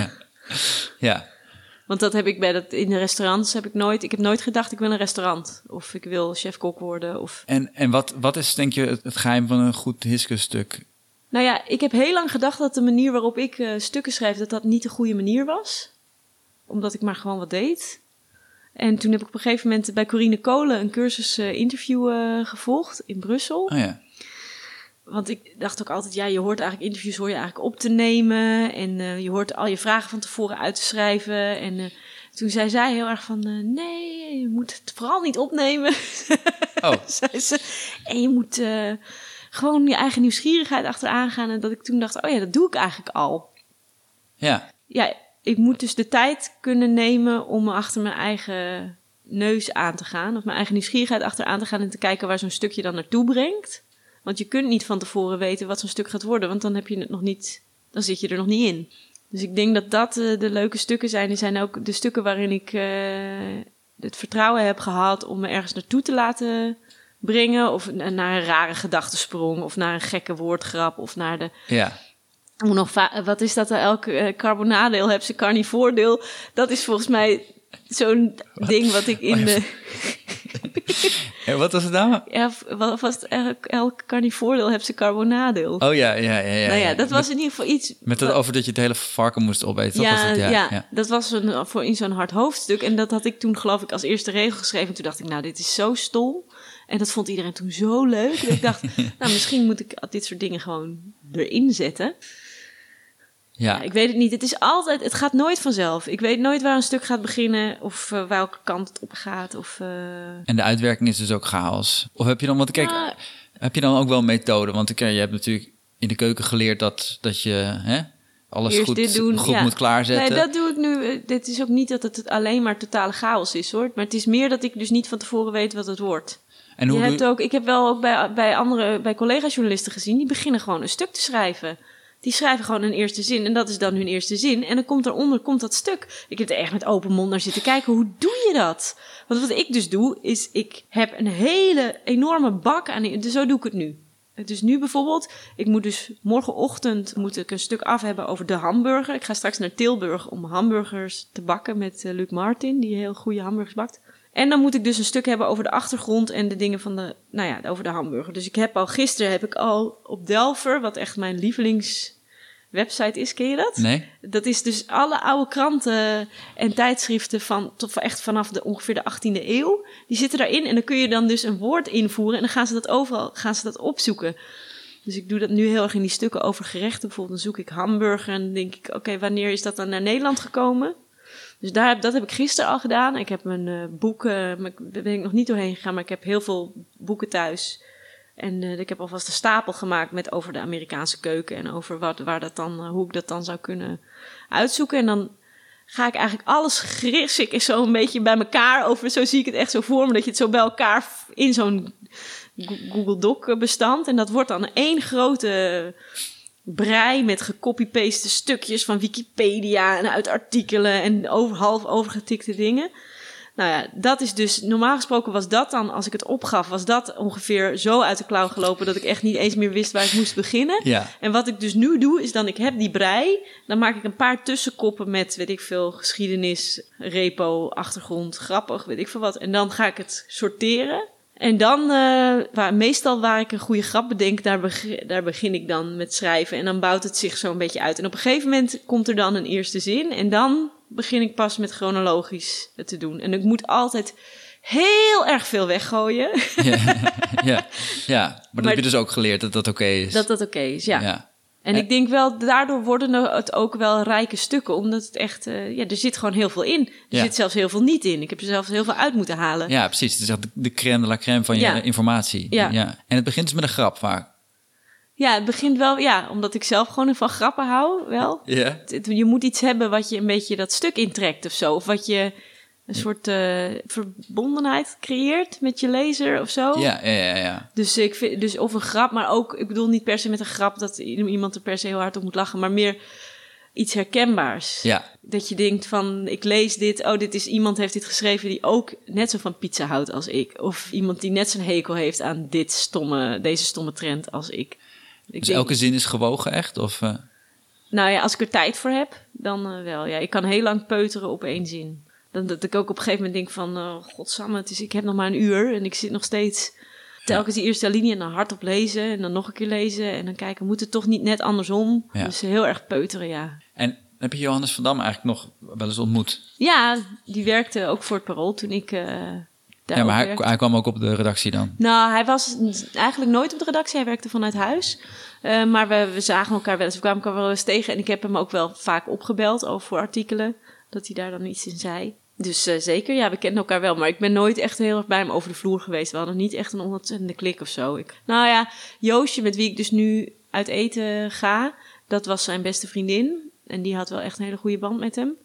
Ja. Want dat heb ik in de restaurants ik heb nooit gedacht ik wil een restaurant. Of ik wil chef-kok worden. Of... En wat is denk je het geheim van een goed Hiske-stuk? Nou ja, ik heb heel lang gedacht dat de manier waarop ik stukken schreef... dat niet de goede manier was. Omdat ik maar gewoon wat deed. En toen heb ik op een gegeven moment bij Corine Kolen... een cursus interview gevolgd in Brussel. Oh ja. Want ik dacht ook altijd, je hoort eigenlijk interviews op te nemen. En je hoort al je vragen van tevoren uit te schrijven. En toen zei zij heel erg van, nee, je moet het vooral niet opnemen. Oh. zei ze. En je moet gewoon je eigen nieuwsgierigheid achteraan gaan. En dat ik toen dacht, dat doe ik eigenlijk al. Ja. Ja, ik moet dus de tijd kunnen nemen om achter mijn eigen neus aan te gaan. Of mijn eigen nieuwsgierigheid achteraan te gaan en te kijken waar zo'n stukje dan naartoe brengt. Want je kunt niet van tevoren weten wat zo'n stuk gaat worden, want dan heb je het nog niet, dan zit je er nog niet in. Dus ik denk dat de leuke stukken zijn. Die zijn ook de stukken waarin ik het vertrouwen heb gehad om me ergens naartoe te laten brengen. Of naar een rare gedachtesprong, of naar een gekke woordgrap, of naar de... Ja. Wat is dat? Elke carbonadeel heeft zijn carnivoordeel. Dat is volgens mij zo'n ding wat ik in de... Ja, wat was het nou? Ja, was het elk carnivoordeel heeft zijn carbonadeel. Oh ja. Nou ja, dat was in ieder geval iets... Met dat over dat je het hele varken moest opeten. Ja, was het? Ja, dat was in zo'n hard hoofdstuk. En dat had ik toen geloof ik als eerste regel geschreven. En toen dacht ik, nou, dit is zo stom. En dat vond iedereen toen zo leuk. Dat ik dacht, nou, misschien moet ik dit soort dingen gewoon erin zetten. Ja, ik weet het niet. Het gaat nooit vanzelf. Ik weet nooit waar een stuk gaat beginnen of welke kant het op gaat. En de uitwerking is dus ook chaos. Of heb je dan, want kijk, heb je dan ook wel een methode? Want je hebt natuurlijk in de keuken geleerd dat je alles goed moet klaarzetten. Nee, dat doe ik nu. Dit is ook niet dat het alleen maar totale chaos is, hoor. Maar het is meer dat ik dus niet van tevoren weet wat het wordt. En ik heb wel ook bij collega-journalisten gezien, die beginnen gewoon een stuk te schrijven. Die schrijven gewoon een eerste zin en dat is dan hun eerste zin. En dan komt eronder dat stuk. Ik heb er echt met open mond naar zitten kijken. Hoe doe je dat? Want wat ik dus doe, is ik heb een hele enorme bak aan... Dus zo doe ik het nu. Dus nu bijvoorbeeld, ik moet dus morgenochtend een stuk af hebben over de hamburger. Ik ga straks naar Tilburg om hamburgers te bakken met Luc Martin, die heel goede hamburgers bakt. En dan moet ik dus een stuk hebben over de achtergrond en de dingen van over de hamburger. Dus gisteren heb ik al op Delver, wat echt mijn lievelingswebsite is, ken je dat? Nee. Dat is dus alle oude kranten en tijdschriften echt vanaf ongeveer de 18e eeuw. Die zitten daarin en dan kun je dan dus een woord invoeren en dan gaan ze dat opzoeken. Dus ik doe dat nu heel erg in die stukken over gerechten. Bijvoorbeeld dan zoek ik hamburger en dan denk ik, oké, wanneer is dat dan naar Nederland gekomen? Dus dat heb ik gisteren al gedaan. Ik heb mijn boeken, daar ben ik nog niet doorheen gegaan, maar ik heb heel veel boeken thuis. En ik heb alvast een stapel gemaakt over de Amerikaanse keuken en over hoe ik dat dan zou kunnen uitzoeken. En dan ga ik eigenlijk alles gris ik zo een beetje bij elkaar over. Zo zie ik het echt zo voor me, dat je het zo bij elkaar in zo'n Google Doc bestand. En dat wordt dan één grote brei met gecopy-paste stukjes van Wikipedia en uit artikelen en half overgetikte dingen. Nou ja, dat is dus, normaal gesproken was dat dan, als ik het opgaf, was dat ongeveer zo uit de klauw gelopen dat ik echt niet eens meer wist waar ik moest beginnen. Ja. En wat ik dus nu doe, is dan, ik heb die brei, dan maak ik een paar tussenkoppen met, weet ik veel, geschiedenis, repo, achtergrond, grappig, weet ik veel wat. En dan ga ik het sorteren. En dan, meestal waar ik een goede grap bedenk, daar begin ik dan met schrijven. En dan bouwt het zich zo een beetje uit. En op een gegeven moment komt er dan een eerste zin. En dan begin ik pas met chronologisch het te doen. En ik moet altijd heel erg veel weggooien. Ja. Maar dat heb je dus ook geleerd dat dat oké is. Dat oké is, ja. En ik denk wel, daardoor worden het ook wel rijke stukken. Omdat het echt, er zit gewoon heel veel in. Er zit zelfs heel veel niet in. Ik heb er zelfs heel veel uit moeten halen. Ja, precies. Het is echt de crème de la crème van je informatie. Ja. En het begint dus met een grap vaak. Ja, het begint wel, omdat ik zelf gewoon van grappen hou, wel. Ja. Je moet iets hebben wat je een beetje dat stuk intrekt of zo. Of wat je een soort verbondenheid creëert met je lezer of zo. Ja. Dus ik vind, dus of een grap, maar ook, ik bedoel niet per se met een grap dat iemand er per se heel hard op moet lachen, maar meer iets herkenbaars. Ja. Dat je denkt van, ik lees dit, iemand heeft dit geschreven die ook net zo van pizza houdt als ik. Of iemand die net zo'n hekel heeft aan deze stomme trend als ik. Dus elke zin is gewogen echt? Of, Nou ja, als ik er tijd voor heb, dan wel. Ja, ik kan heel lang peuteren op één zin. Dat ik ook op een gegeven moment denk van, godsamme, ik heb nog maar een uur en ik zit nog steeds telkens die eerste linie en dan hardop lezen en dan nog een keer lezen en dan kijken, moet het toch niet net andersom? Ja. Dus heel erg peuteren, ja. En heb je Johannes van Dam eigenlijk nog wel eens ontmoet? Ja, die werkte ook voor het Parool toen ik daar maar hij kwam ook op de redactie dan? Nou, hij was eigenlijk nooit op de redactie. Hij werkte vanuit huis. Maar we zagen elkaar wel eens. We kwamen elkaar wel eens tegen. En ik heb hem ook wel vaak opgebeld over voor artikelen. Dat hij daar dan iets in zei. Dus zeker, ja, we kenden elkaar wel. Maar ik ben nooit echt heel erg bij hem over de vloer geweest. We hadden niet echt een ontzettende klik of zo. Nou ja, Joosje, met wie ik dus nu uit eten ga, dat was zijn beste vriendin. En die had wel echt een hele goede band met hem.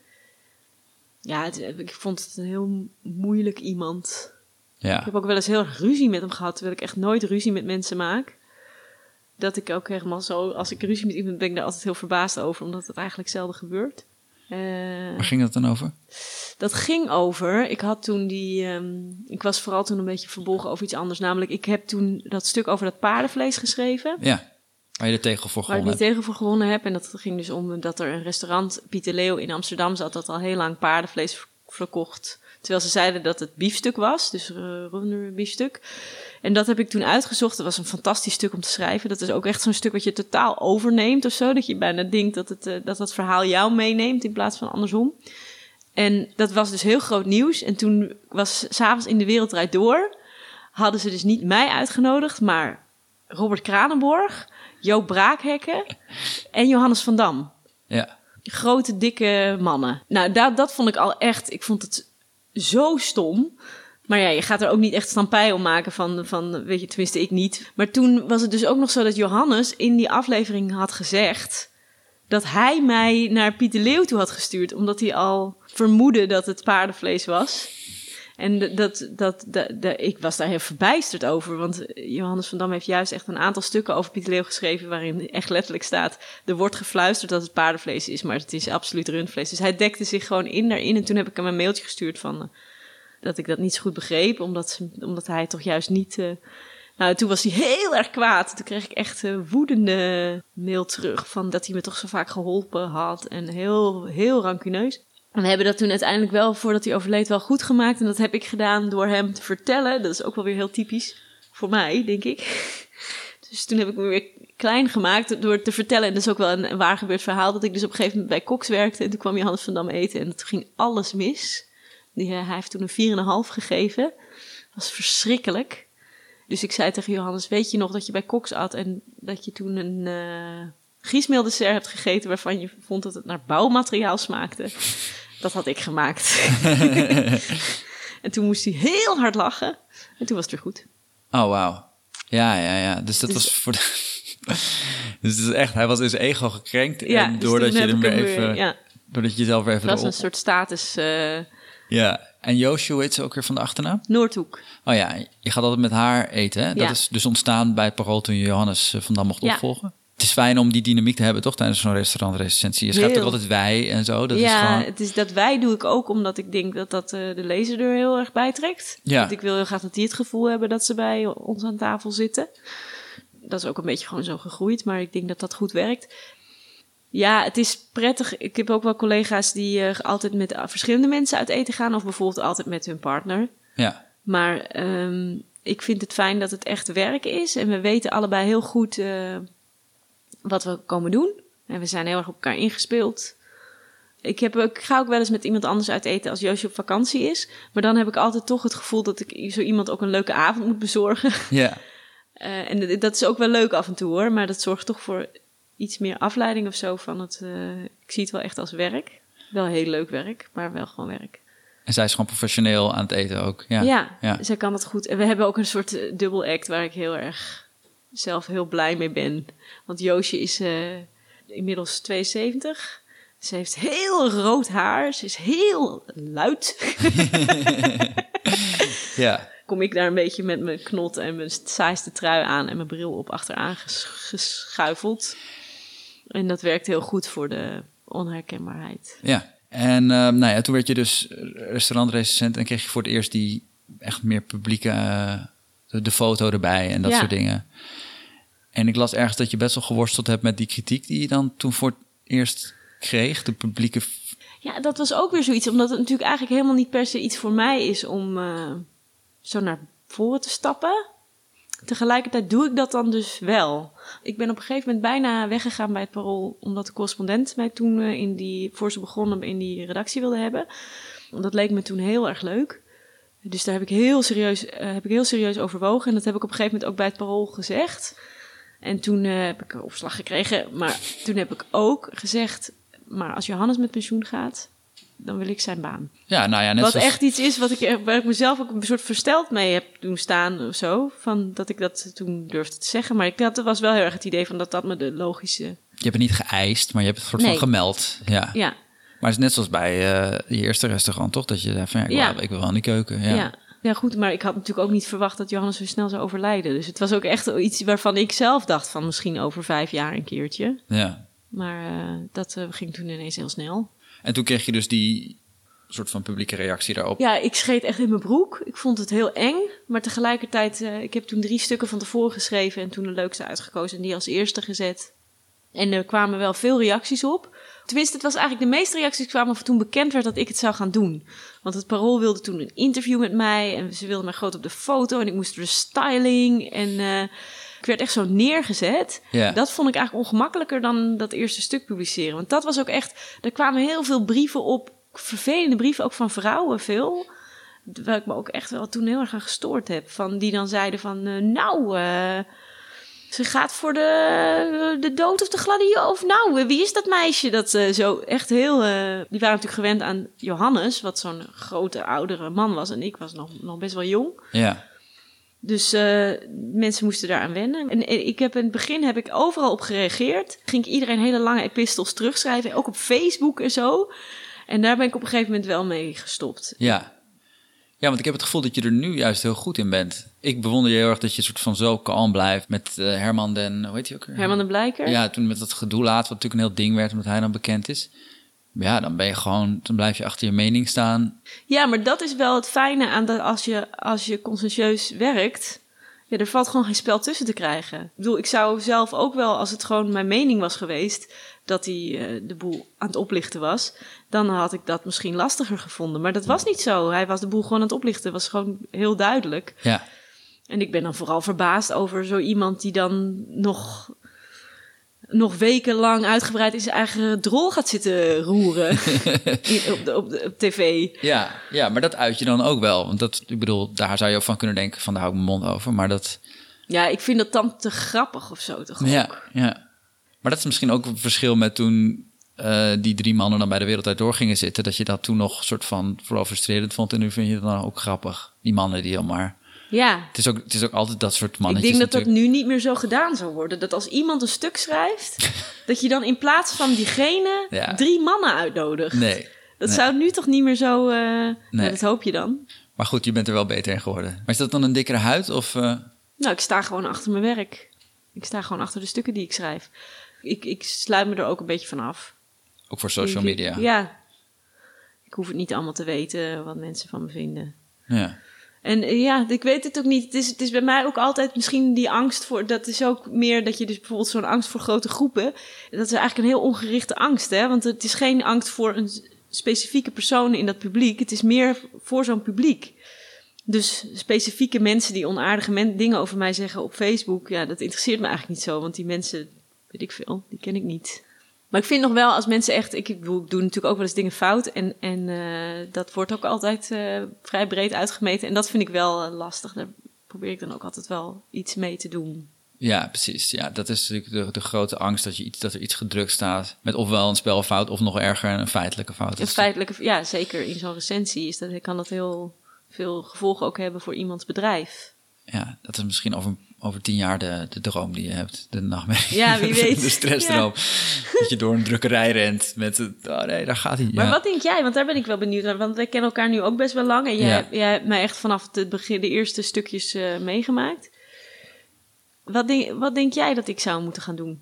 Ja, ik vond het een heel moeilijk iemand. Ja. Ik heb ook wel eens heel erg ruzie met hem gehad, terwijl ik echt nooit ruzie met mensen maak. Dat ik ook helemaal zo, als ik ruzie met iemand ben ik daar altijd heel verbaasd over, omdat het eigenlijk zelden gebeurt. Waar ging dat dan over? Dat ging over, ik had toen ik was vooral toen een beetje verbolgen over iets anders. Namelijk, ik heb toen dat stuk over dat paardenvlees geschreven. Ja. Waar je de tegel voor gewonnen hebt. Waar ik de tegel voor gewonnen heb. En dat ging dus om dat er een restaurant, Piet de Leeuw in Amsterdam zat, dat al heel lang paardenvlees verkocht. Terwijl ze zeiden dat het biefstuk was, dus runderbiefstuk. En dat heb ik toen uitgezocht. Dat was een fantastisch stuk om te schrijven. Dat is ook echt zo'n stuk wat je totaal overneemt of zo. Dat je bijna denkt dat het verhaal jou meeneemt in plaats van andersom. En dat was dus heel groot nieuws. En toen was 's avonds in De Wereld Draait Door, hadden ze dus niet mij uitgenodigd, maar Robert Kranenborg, Joop Braakhekken en Johannes van Dam. Ja. Grote, dikke mannen. Nou, dat vond ik al echt, ik vond het zo stom. Maar ja, je gaat er ook niet echt stampij om maken van, weet je, tenminste ik niet. Maar toen was het dus ook nog zo dat Johannes in die aflevering had gezegd dat hij mij naar Piet de Leeuw toe had gestuurd, omdat hij al vermoedde dat het paardenvlees was. En ik was daar heel verbijsterd over, want Johannes van Dam heeft juist echt een aantal stukken over Piet de Leeuw geschreven, waarin echt letterlijk staat, er wordt gefluisterd dat het paardenvlees is, maar het is absoluut rundvlees. Dus hij dekte zich gewoon daarin en toen heb ik hem een mailtje gestuurd van dat ik dat niet zo goed begreep, omdat hij toch juist niet. Nou, toen was hij heel erg kwaad. Toen kreeg ik echt woedende mail terug van dat hij me toch zo vaak geholpen had en heel, heel rancuneus. En we hebben dat toen uiteindelijk wel, voordat hij overleed, wel goed gemaakt. En dat heb ik gedaan door hem te vertellen. Dat is ook wel weer heel typisch voor mij, denk ik. Dus toen heb ik me weer klein gemaakt door te vertellen. En dat is ook wel een waar gebeurd verhaal. Dat ik dus op een gegeven moment bij Cox werkte. En toen kwam Johannes van Dam eten. En toen ging alles mis. Hij heeft toen een 4,5 gegeven. Dat was verschrikkelijk. Dus ik zei tegen Johannes, weet je nog dat je bij Cox at en dat je toen een griesmeeldessert hebt gegeten waarvan je vond dat het naar bouwmateriaal smaakte? Dat had ik gemaakt. En toen moest hij heel hard lachen en toen was het weer goed. Oh, wauw. Ja. Dus dat was voor Dus het is echt, hij was in zijn ego gekrenkt. Ja, en doordat je hem weer even doordat je jezelf weer even dat was een soort status. Ja, en Joosje, hoe heet ze ook weer van de achternaam? Noordhoek. Oh ja, je gaat altijd met haar eten, hè? Dat is dus ontstaan bij het Parool toen je Johannes van Dam mocht opvolgen. Het is fijn om die dynamiek te hebben, toch? Tijdens zo'n restaurantrecensie. Je schrijft ook altijd wij en zo. Dat is gewoon... het is dat wij doe ik ook omdat ik denk dat de lezer er heel erg bij trekt. Ja. Want ik wil heel graag dat die het gevoel hebben dat ze bij ons aan tafel zitten. Dat is ook een beetje gewoon zo gegroeid, maar ik denk dat dat goed werkt. Ja, het is prettig. Ik heb ook wel collega's die altijd met verschillende mensen uit eten gaan, of bijvoorbeeld altijd met hun partner. Ja. Maar ik vind het fijn dat het echt werk is. En we weten allebei heel goed wat we komen doen. En we zijn heel erg op elkaar ingespeeld. Ik ga ook wel eens met iemand anders uit eten als Joosje op vakantie is. Maar dan heb ik altijd toch het gevoel dat ik zo iemand ook een leuke avond moet bezorgen. Ja. En dat is ook wel leuk af en toe hoor. Maar dat zorgt toch voor iets meer afleiding of zo van het... ik zie het wel echt als werk. Wel heel leuk werk, maar wel gewoon werk. En zij is gewoon professioneel aan het eten ook. Ja, zij kan dat goed. En we hebben ook een soort dubbel act waar ik heel erg zelf heel blij mee ben. Want Joosje is inmiddels 72. Ze heeft heel rood haar. Ze is heel luid. Ja. Kom ik daar een beetje met mijn knot en mijn saaiste trui aan en mijn bril op achteraan geschuifeld. En dat werkt heel goed voor de onherkenbaarheid. Ja. En toen werd je dus restaurantrecensent en kreeg je voor het eerst die echt meer publieke, de foto erbij en dat soort dingen. En ik las ergens dat je best wel geworsteld hebt met die kritiek die je dan toen voor het eerst kreeg, de publieke... Ja, dat was ook weer zoiets, omdat het natuurlijk eigenlijk helemaal niet per se iets voor mij is om zo naar voren te stappen. Tegelijkertijd doe ik dat dan dus wel. Ik ben op een gegeven moment bijna weggegaan bij het Parool, omdat de correspondent mij toen voor ze begonnen in die redactie wilde hebben. Dat leek me toen heel erg leuk. Dus daar heb ik heel serieus overwogen. En dat heb ik op een gegeven moment ook bij het Parool gezegd. En toen heb ik een opslag gekregen. Maar toen heb ik ook gezegd, maar als Johannes met pensioen gaat, dan wil ik zijn baan. Ja, nou ja, net wat zoals... echt iets is waar ik mezelf ook een soort versteld mee heb doen staan of zo. Van dat ik dat toen durfde te zeggen. Maar dat was wel heel erg het idee van dat me de logische... Je hebt het niet geëist, maar je hebt het soort van gemeld. Ja. Maar het is net zoals bij je eerste restaurant, toch? Dat je zei van, ik wil wel in die keuken. Ja, goed, maar ik had natuurlijk ook niet verwacht dat Johannes zo snel zou overlijden. Dus het was ook echt iets waarvan ik zelf dacht van misschien over 5 jaar een keertje. Ja. Maar dat ging toen ineens heel snel. En toen kreeg je dus die soort van publieke reactie daarop. Ja, ik scheet echt in mijn broek. Ik vond het heel eng. Maar tegelijkertijd, ik heb toen 3 stukken van tevoren geschreven en toen de leukste uitgekozen en die als eerste gezet. En er kwamen wel veel reacties op. Tenminste, het was eigenlijk de meeste reacties kwamen toen bekend werd dat ik het zou gaan doen. Want het Parool wilde toen een interview met mij en ze wilden mij groot op de foto en ik moest door de styling en ik werd echt zo neergezet. Yeah. Dat vond ik eigenlijk ongemakkelijker dan dat eerste stuk publiceren. Want dat was ook echt, er kwamen heel veel brieven op, vervelende brieven, ook van vrouwen veel. Waar ik me ook echt wel toen heel erg aan gestoord heb. Van die dan zeiden van, ze gaat voor de dood of de gladio. Of nou, wie is dat meisje? Dat zo echt heel... die waren natuurlijk gewend aan Johannes, wat zo'n grote, oudere man was. En ik was nog best wel jong. Ja. Dus mensen moesten daaraan wennen. En in het begin heb ik overal op gereageerd. Ging ik iedereen hele lange epistels terugschrijven. Ook op Facebook en zo. En daar ben ik op een gegeven moment wel mee gestopt. Ja. Ja, want ik heb het gevoel dat je er nu juist heel goed in bent. Ik bewonder je heel erg dat je soort van zo kalm blijft met Herman den... Hoe heet hij ook? Herman den Blijker? Ja, toen met dat gedoe laat, wat natuurlijk een heel ding werd, omdat hij dan bekend is. Ja, dan ben je gewoon... Dan blijf je achter je mening staan. Ja, maar dat is wel het fijne aan dat als je conscientieus werkt... Ja, er valt gewoon geen spel tussen te krijgen. Ik bedoel, ik zou zelf ook wel, als het gewoon mijn mening was geweest... dat hij de boel aan het oplichten was... dan had ik dat misschien lastiger gevonden. Maar dat was niet zo. Hij was de boel gewoon aan het oplichten. Dat was gewoon heel duidelijk. Ja. En ik ben dan vooral verbaasd over zo iemand... die dan nog wekenlang uitgebreid in zijn eigen drol gaat zitten roeren op tv. Ja, maar dat uit je dan ook wel. Want ik bedoel, daar zou je ook van kunnen denken... van daar hou ik mijn mond over, maar dat... Ja, ik vind dat dan te grappig of zo toch ook. Ja. Maar dat is misschien ook een verschil met toen die 3 mannen dan bij de Wereldtijd door gingen zitten. Dat je dat toen nog soort van vooral frustrerend vond. En nu vind je het dan ook grappig. Die mannen die helemaal... Ja. Het is ook altijd dat soort mannetjes. Ik denk dat nu niet meer zo gedaan zou worden. Dat als iemand een stuk schrijft... dat je dan in plaats van diegene 3 mannen uitnodigt. Nee. Dat zou nu toch niet meer zo... Nee. Dat hoop je dan. Maar goed, je bent er wel beter in geworden. Maar is dat dan een dikkere huid of... Nou, ik sta gewoon achter mijn werk. Ik sta gewoon achter de stukken die ik schrijf. Ik sluit me er ook een beetje van af. Ook voor social media? Ja. Ik hoef het niet allemaal te weten wat mensen van me vinden. Ja. En ik weet het ook niet. Het is bij mij ook altijd misschien die angst voor... Dat is ook meer dat je dus bijvoorbeeld zo'n angst voor grote groepen... Dat is eigenlijk een heel ongerichte angst, hè? Want het is geen angst voor een specifieke persoon in dat publiek. Het is meer voor zo'n publiek. Dus specifieke mensen die onaardige dingen over mij zeggen op Facebook... Ja, dat interesseert me eigenlijk niet zo. Want die mensen, weet ik veel, die ken ik niet. Maar ik vind nog wel als mensen echt... Ik doe natuurlijk ook wel eens dingen fout. En dat wordt ook altijd vrij breed uitgemeten. En dat vind ik wel lastig. Daar probeer ik dan ook altijd wel iets mee te doen. Ja, precies. Ja, dat is natuurlijk de grote angst dat er iets gedrukt staat... met ofwel een spelfout of nog erger een feitelijke fout. Een feitelijke, ja, zeker in zo'n recensie kan dat heel veel gevolgen ook hebben voor iemands bedrijf. Ja, dat is misschien over 10 jaar de droom die je hebt. De nachtmerrie. Ja, wie weet. De stressdroom. Ja. Dat je door een drukkerij rent met... Oh nee, daar gaat hij. Maar wat denk jij? Want daar ben ik wel benieuwd naar. Want wij kennen elkaar nu ook best wel lang. En jij hebt mij echt vanaf het begin de eerste stukjes meegemaakt. Wat denk jij dat ik zou moeten gaan doen?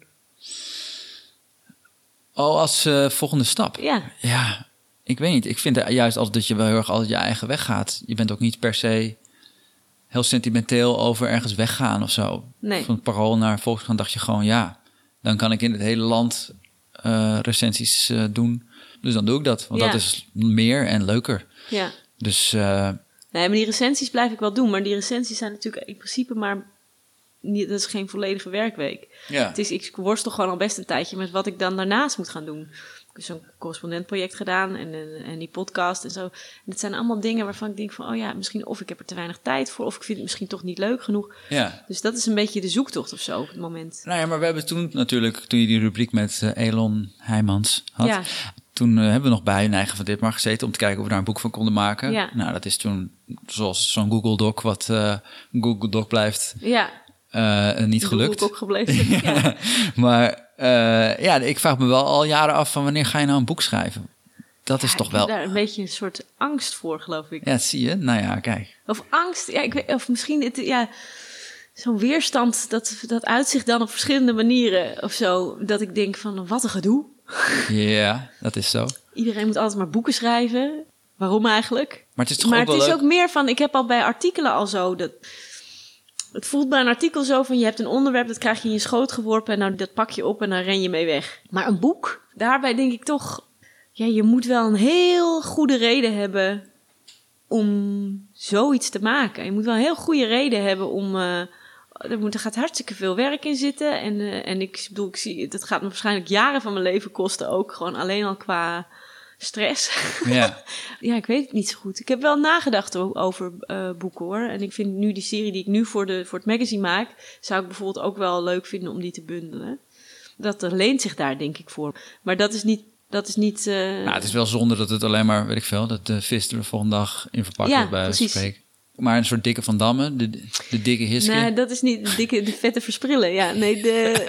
Oh, als volgende stap? Ja, ik weet niet. Ik vind juist altijd dat je wel heel erg altijd je eigen weg gaat. Je bent ook niet per se heel sentimenteel over ergens weggaan of zo. Nee. Van het Parool naar Volkskrant dacht je gewoon... dan kan ik in het hele land recensies doen. Dus dan doe ik dat. Want dat is meer en leuker. Ja. Dus... Nee, maar die recensies blijf ik wel doen. Maar die recensies zijn natuurlijk in principe maar... dat is geen volledige werkweek. Ja. Ik worstel gewoon al best een tijdje met wat ik dan daarnaast moet gaan doen. Ik heb zo'n correspondentproject gedaan en die podcast en zo. En dat zijn allemaal dingen waarvan ik denk van... misschien of ik heb er te weinig tijd voor... of ik vind het misschien toch niet leuk genoeg. Ja. Dus dat is een beetje de zoektocht of zo op het moment. Nou ja, maar we hebben toen natuurlijk... toen je die rubriek met Elon Heijmans had... Ja. Toen hebben we nog bij Neigen van Ditmar gezeten... om te kijken of we daar een boek van konden maken. Ja. Nou, dat is toen zoals zo'n Google Doc... wat Google Doc blijft... Ja. Niet gelukt. Ook gebleven. Ja. Maar ik vraag me wel al jaren af van wanneer ga je nou een boek schrijven? Dat is toch wel... Ik heb daar een beetje een soort angst voor, geloof ik. Ja, dat zie je. Nou ja, kijk. Of angst, ja, ik weet, of misschien zo'n weerstand, dat uitzicht dan op verschillende manieren of zo. Dat ik denk van, wat een gedoe. Ja, dat is zo. Iedereen moet altijd maar boeken schrijven. Waarom eigenlijk? Maar het is toch ook wel leuk? Ook meer van, ik heb al bij artikelen al zo... Het voelt bij een artikel zo van, je hebt een onderwerp, dat krijg je in je schoot geworpen en nou dat pak je op en dan ren je mee weg. Maar een boek, daarbij denk ik toch, je moet wel een heel goede reden hebben om zoiets te maken. Je moet wel een heel goede reden hebben om, er gaat hartstikke veel werk in zitten. En ik bedoel, dat gaat me waarschijnlijk jaren van mijn leven kosten ook, gewoon alleen al qua... stress. Ja. Ja, ik weet het niet zo goed. Ik heb wel nagedacht over boeken, hoor. En ik vind nu die serie die ik nu voor het magazine maak... zou ik bijvoorbeeld ook wel leuk vinden om die te bundelen. Dat leent zich daar, denk ik, voor. Maar dat is niet... Nou, het is wel zonde dat het alleen maar, weet ik veel... dat de vis er de volgende dag in verpakt wordt bij Spreek. Maar een soort dikke Van Damme, de dikke Hiske. Nee, dat is niet de vette Versprillen. Ja, nee,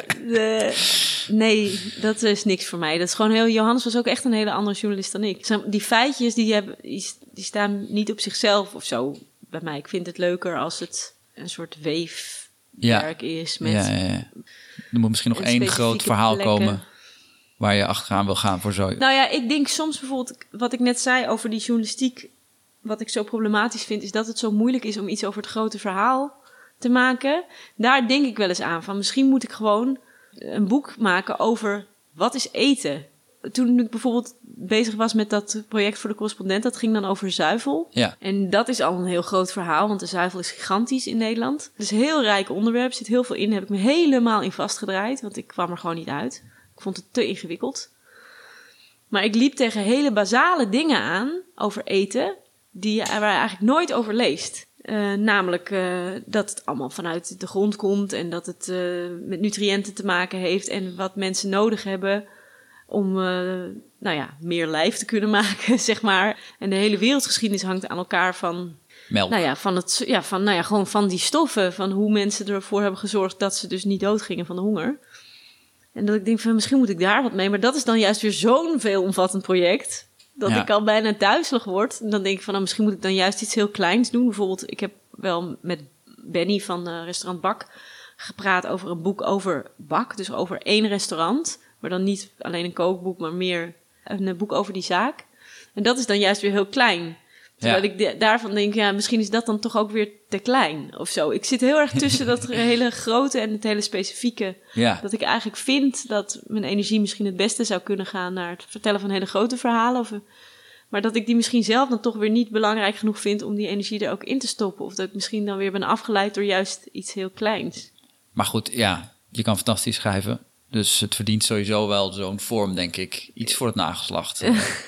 nee, dat is niks voor mij. Dat is gewoon heel... Johannes was ook echt een hele andere journalist dan ik. Die feitjes, die staan niet op zichzelf of zo bij mij. Ik vind het leuker als het een soort weefwerk is. Met Er moet misschien nog één groot verhaal komen... waar je achteraan wil gaan voor zo. Nou ja, ik denk soms bijvoorbeeld... wat ik net zei over die journalistiek... wat ik zo problematisch vind... is dat het zo moeilijk is om iets over het grote verhaal te maken. Daar denk ik wel eens aan. Van misschien moet ik gewoon een boek maken over wat is eten. Toen ik bijvoorbeeld bezig was met dat project voor de correspondent... dat ging dan over zuivel. Ja. En dat is al een heel groot verhaal... want de zuivel is gigantisch in Nederland. Het is een heel rijk onderwerp, er zit heel veel in. Daar heb ik me helemaal in vastgedraaid... want ik kwam er gewoon niet uit. Ik vond het te ingewikkeld. Maar ik liep tegen hele basale dingen aan over eten... waar je eigenlijk nooit over leest. Namelijk dat het allemaal vanuit de grond komt... en dat het met nutriënten te maken heeft... en wat mensen nodig hebben om meer lijf te kunnen maken, zeg maar. En de hele wereldgeschiedenis hangt aan elkaar van... melk. Nou ja, gewoon van die stoffen... van hoe mensen ervoor hebben gezorgd... dat ze dus niet doodgingen van de honger... En dat ik denk van, misschien moet ik daar wat mee. Maar dat is dan juist weer zo'n veelomvattend project... dat ik al bijna duizelig word. En dan denk ik van, misschien moet ik dan juist iets heel kleins doen. Bijvoorbeeld, ik heb wel met Benny van restaurant Bak... gepraat over een boek over bak. Dus over 1 restaurant. Maar dan niet alleen een kookboek, maar meer een boek over die zaak. En dat is dan juist weer heel klein. Terwijl ik daarvan denk, misschien is dat dan toch ook weer te klein of zo. Ik zit heel erg tussen dat hele grote en het hele specifieke. Ja. Dat ik eigenlijk vind dat mijn energie misschien het beste zou kunnen gaan naar het vertellen van hele grote verhalen. Maar dat ik die misschien zelf dan toch weer niet belangrijk genoeg vind om die energie er ook in te stoppen. Of dat ik misschien dan weer ben afgeleid door juist iets heel kleins. Maar goed, je kan fantastisch schrijven. Dus het verdient sowieso wel zo'n vorm, denk ik. Iets voor het nageslacht.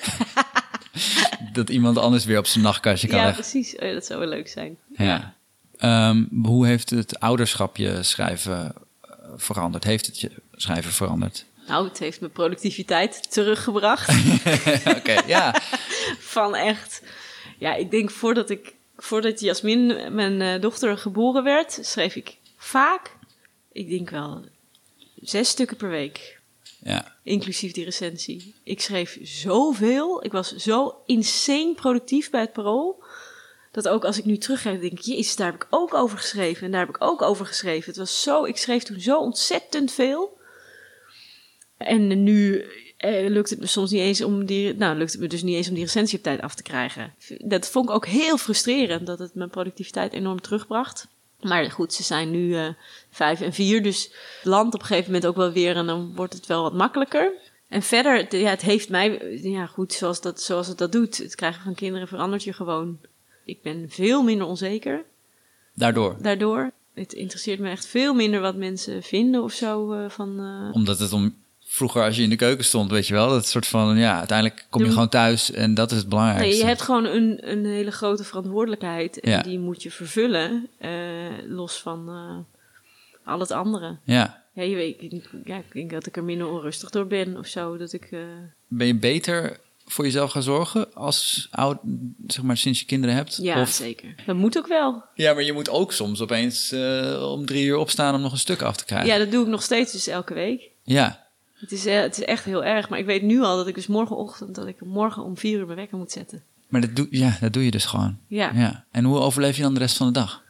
Dat iemand anders weer op zijn nachtkastje kan leggen. Precies. Dat zou wel leuk zijn. Ja. Hoe heeft het ouderschap je schrijven veranderd? Heeft het je schrijven veranderd? Nou, het heeft mijn productiviteit teruggebracht. Oké, ja. Van echt... Ja, ik denk voordat Jasmin, mijn dochter, geboren werd, schreef ik vaak, ik denk wel 6 stukken per week. Ja. Inclusief die recensie. Ik schreef zoveel. Ik was zo insane productief bij het Parool. Dat ook als ik nu terugga, denk ik, jezus, daar heb ik ook over geschreven. En daar heb ik ook over geschreven. Het was zo, ik schreef toen zo ontzettend veel. En nu lukt het me soms niet eens om die recensie op tijd af te krijgen. Dat vond ik ook heel frustrerend, dat het mijn productiviteit enorm terugbracht. Maar goed, ze zijn nu 5 en 4, dus het landt op een gegeven moment ook wel weer en dan wordt het wel wat makkelijker. En verder, het heeft mij, goed, zoals het dat doet. Het krijgen van kinderen verandert je gewoon. Ik ben veel minder onzeker. Daardoor. Het interesseert me echt veel minder wat mensen vinden of zo. Omdat het vroeger als je in de keuken stond, weet je wel, dat soort van, uiteindelijk kom je gewoon thuis en dat is het belangrijkste. Nee, je hebt gewoon een hele grote verantwoordelijkheid en die moet je vervullen, los van al het andere. Ja. Ja, je weet, ik denk dat ik er minder onrustig door ben of zo. Ben je beter voor jezelf gaan zorgen als sinds je kinderen hebt? Ja, zeker. Dat moet ook wel. Ja, maar je moet ook soms opeens om 3 uur opstaan om nog een stuk af te krijgen. Ja, dat doe ik nog steeds dus elke week. Ja. Het is echt heel erg, maar ik weet nu al dat ik dus morgen om 4 uur mijn wekker moet zetten. Maar dat doe je dus gewoon. Ja. En hoe overleef je dan de rest van de dag?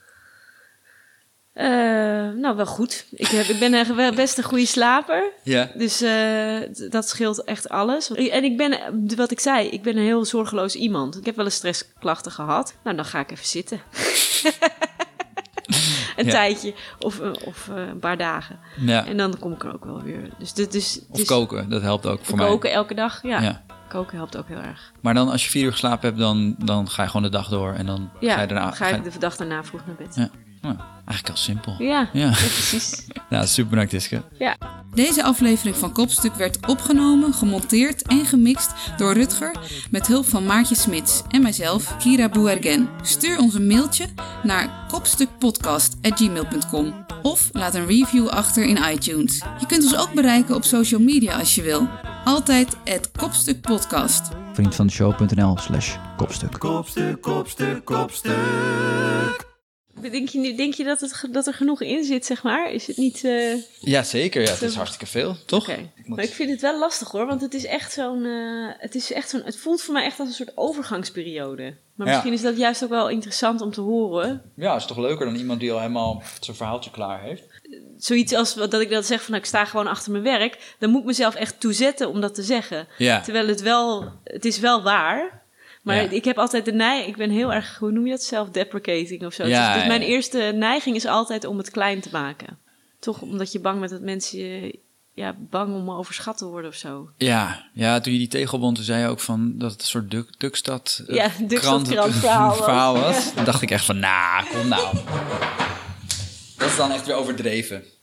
Nou, wel goed. Ik ben wel best een goede slaper. Ja. Dus dat scheelt echt alles. En ik ben, wat ik zei, ik ben een heel zorgeloos iemand. Ik heb wel eens stressklachten gehad. Nou, dan ga ik even zitten. Een tijdje of een paar dagen. Ja. En dan kom ik er ook wel weer. Dus koken, dat helpt ook voor mij. Koken elke dag, ja. Koken helpt ook heel erg. Maar dan als je 4 uur geslapen hebt, dan ga je gewoon de dag door. En dan ga ik de dag daarna vroeg naar bed. Ja. Nou, eigenlijk heel simpel. Ja, precies. Nou, super bedankt, Iske. Ja. Deze aflevering van Kopstuk werd opgenomen, gemonteerd en gemixt door Rutger met hulp van Maartje Smits en mijzelf, Kira Bouergen. Stuur ons een mailtje naar kopstukpodcast@gmail.com of laat een review achter in iTunes. Je kunt ons ook bereiken op social media als je wil. Altijd @kopstukpodcast. Vriendvandeshow.nl/kopstuk. Kopstuk. Denk je dat er genoeg in zit, zeg maar? Is het niet... Ja, zeker. Ja, het is hartstikke veel, toch? Okay. Maar ik vind het wel lastig, hoor. Want het is echt zo'n... Het voelt voor mij echt als een soort overgangsperiode. Maar misschien is dat juist ook wel interessant om te horen. Ja, het is toch leuker dan iemand die al helemaal zijn verhaaltje klaar heeft? Zoiets als dat ik dat zeg van, ik sta gewoon achter mijn werk. Dan moet ik mezelf echt toezetten om dat te zeggen. Ja. Terwijl het is wel waar... Maar ik heb altijd ik ben heel erg, hoe noem je dat, self-deprecating of zo. Ja, dus mijn eerste neiging is altijd om het klein te maken. Toch omdat je bang bent dat mensen bang om overschat te worden of zo. Ja, toen je die tegel wond, toen zei je ook van dat het een soort Dukstad verhaal was. Dan dacht ik echt van, kom nou. Dat is dan echt weer overdreven.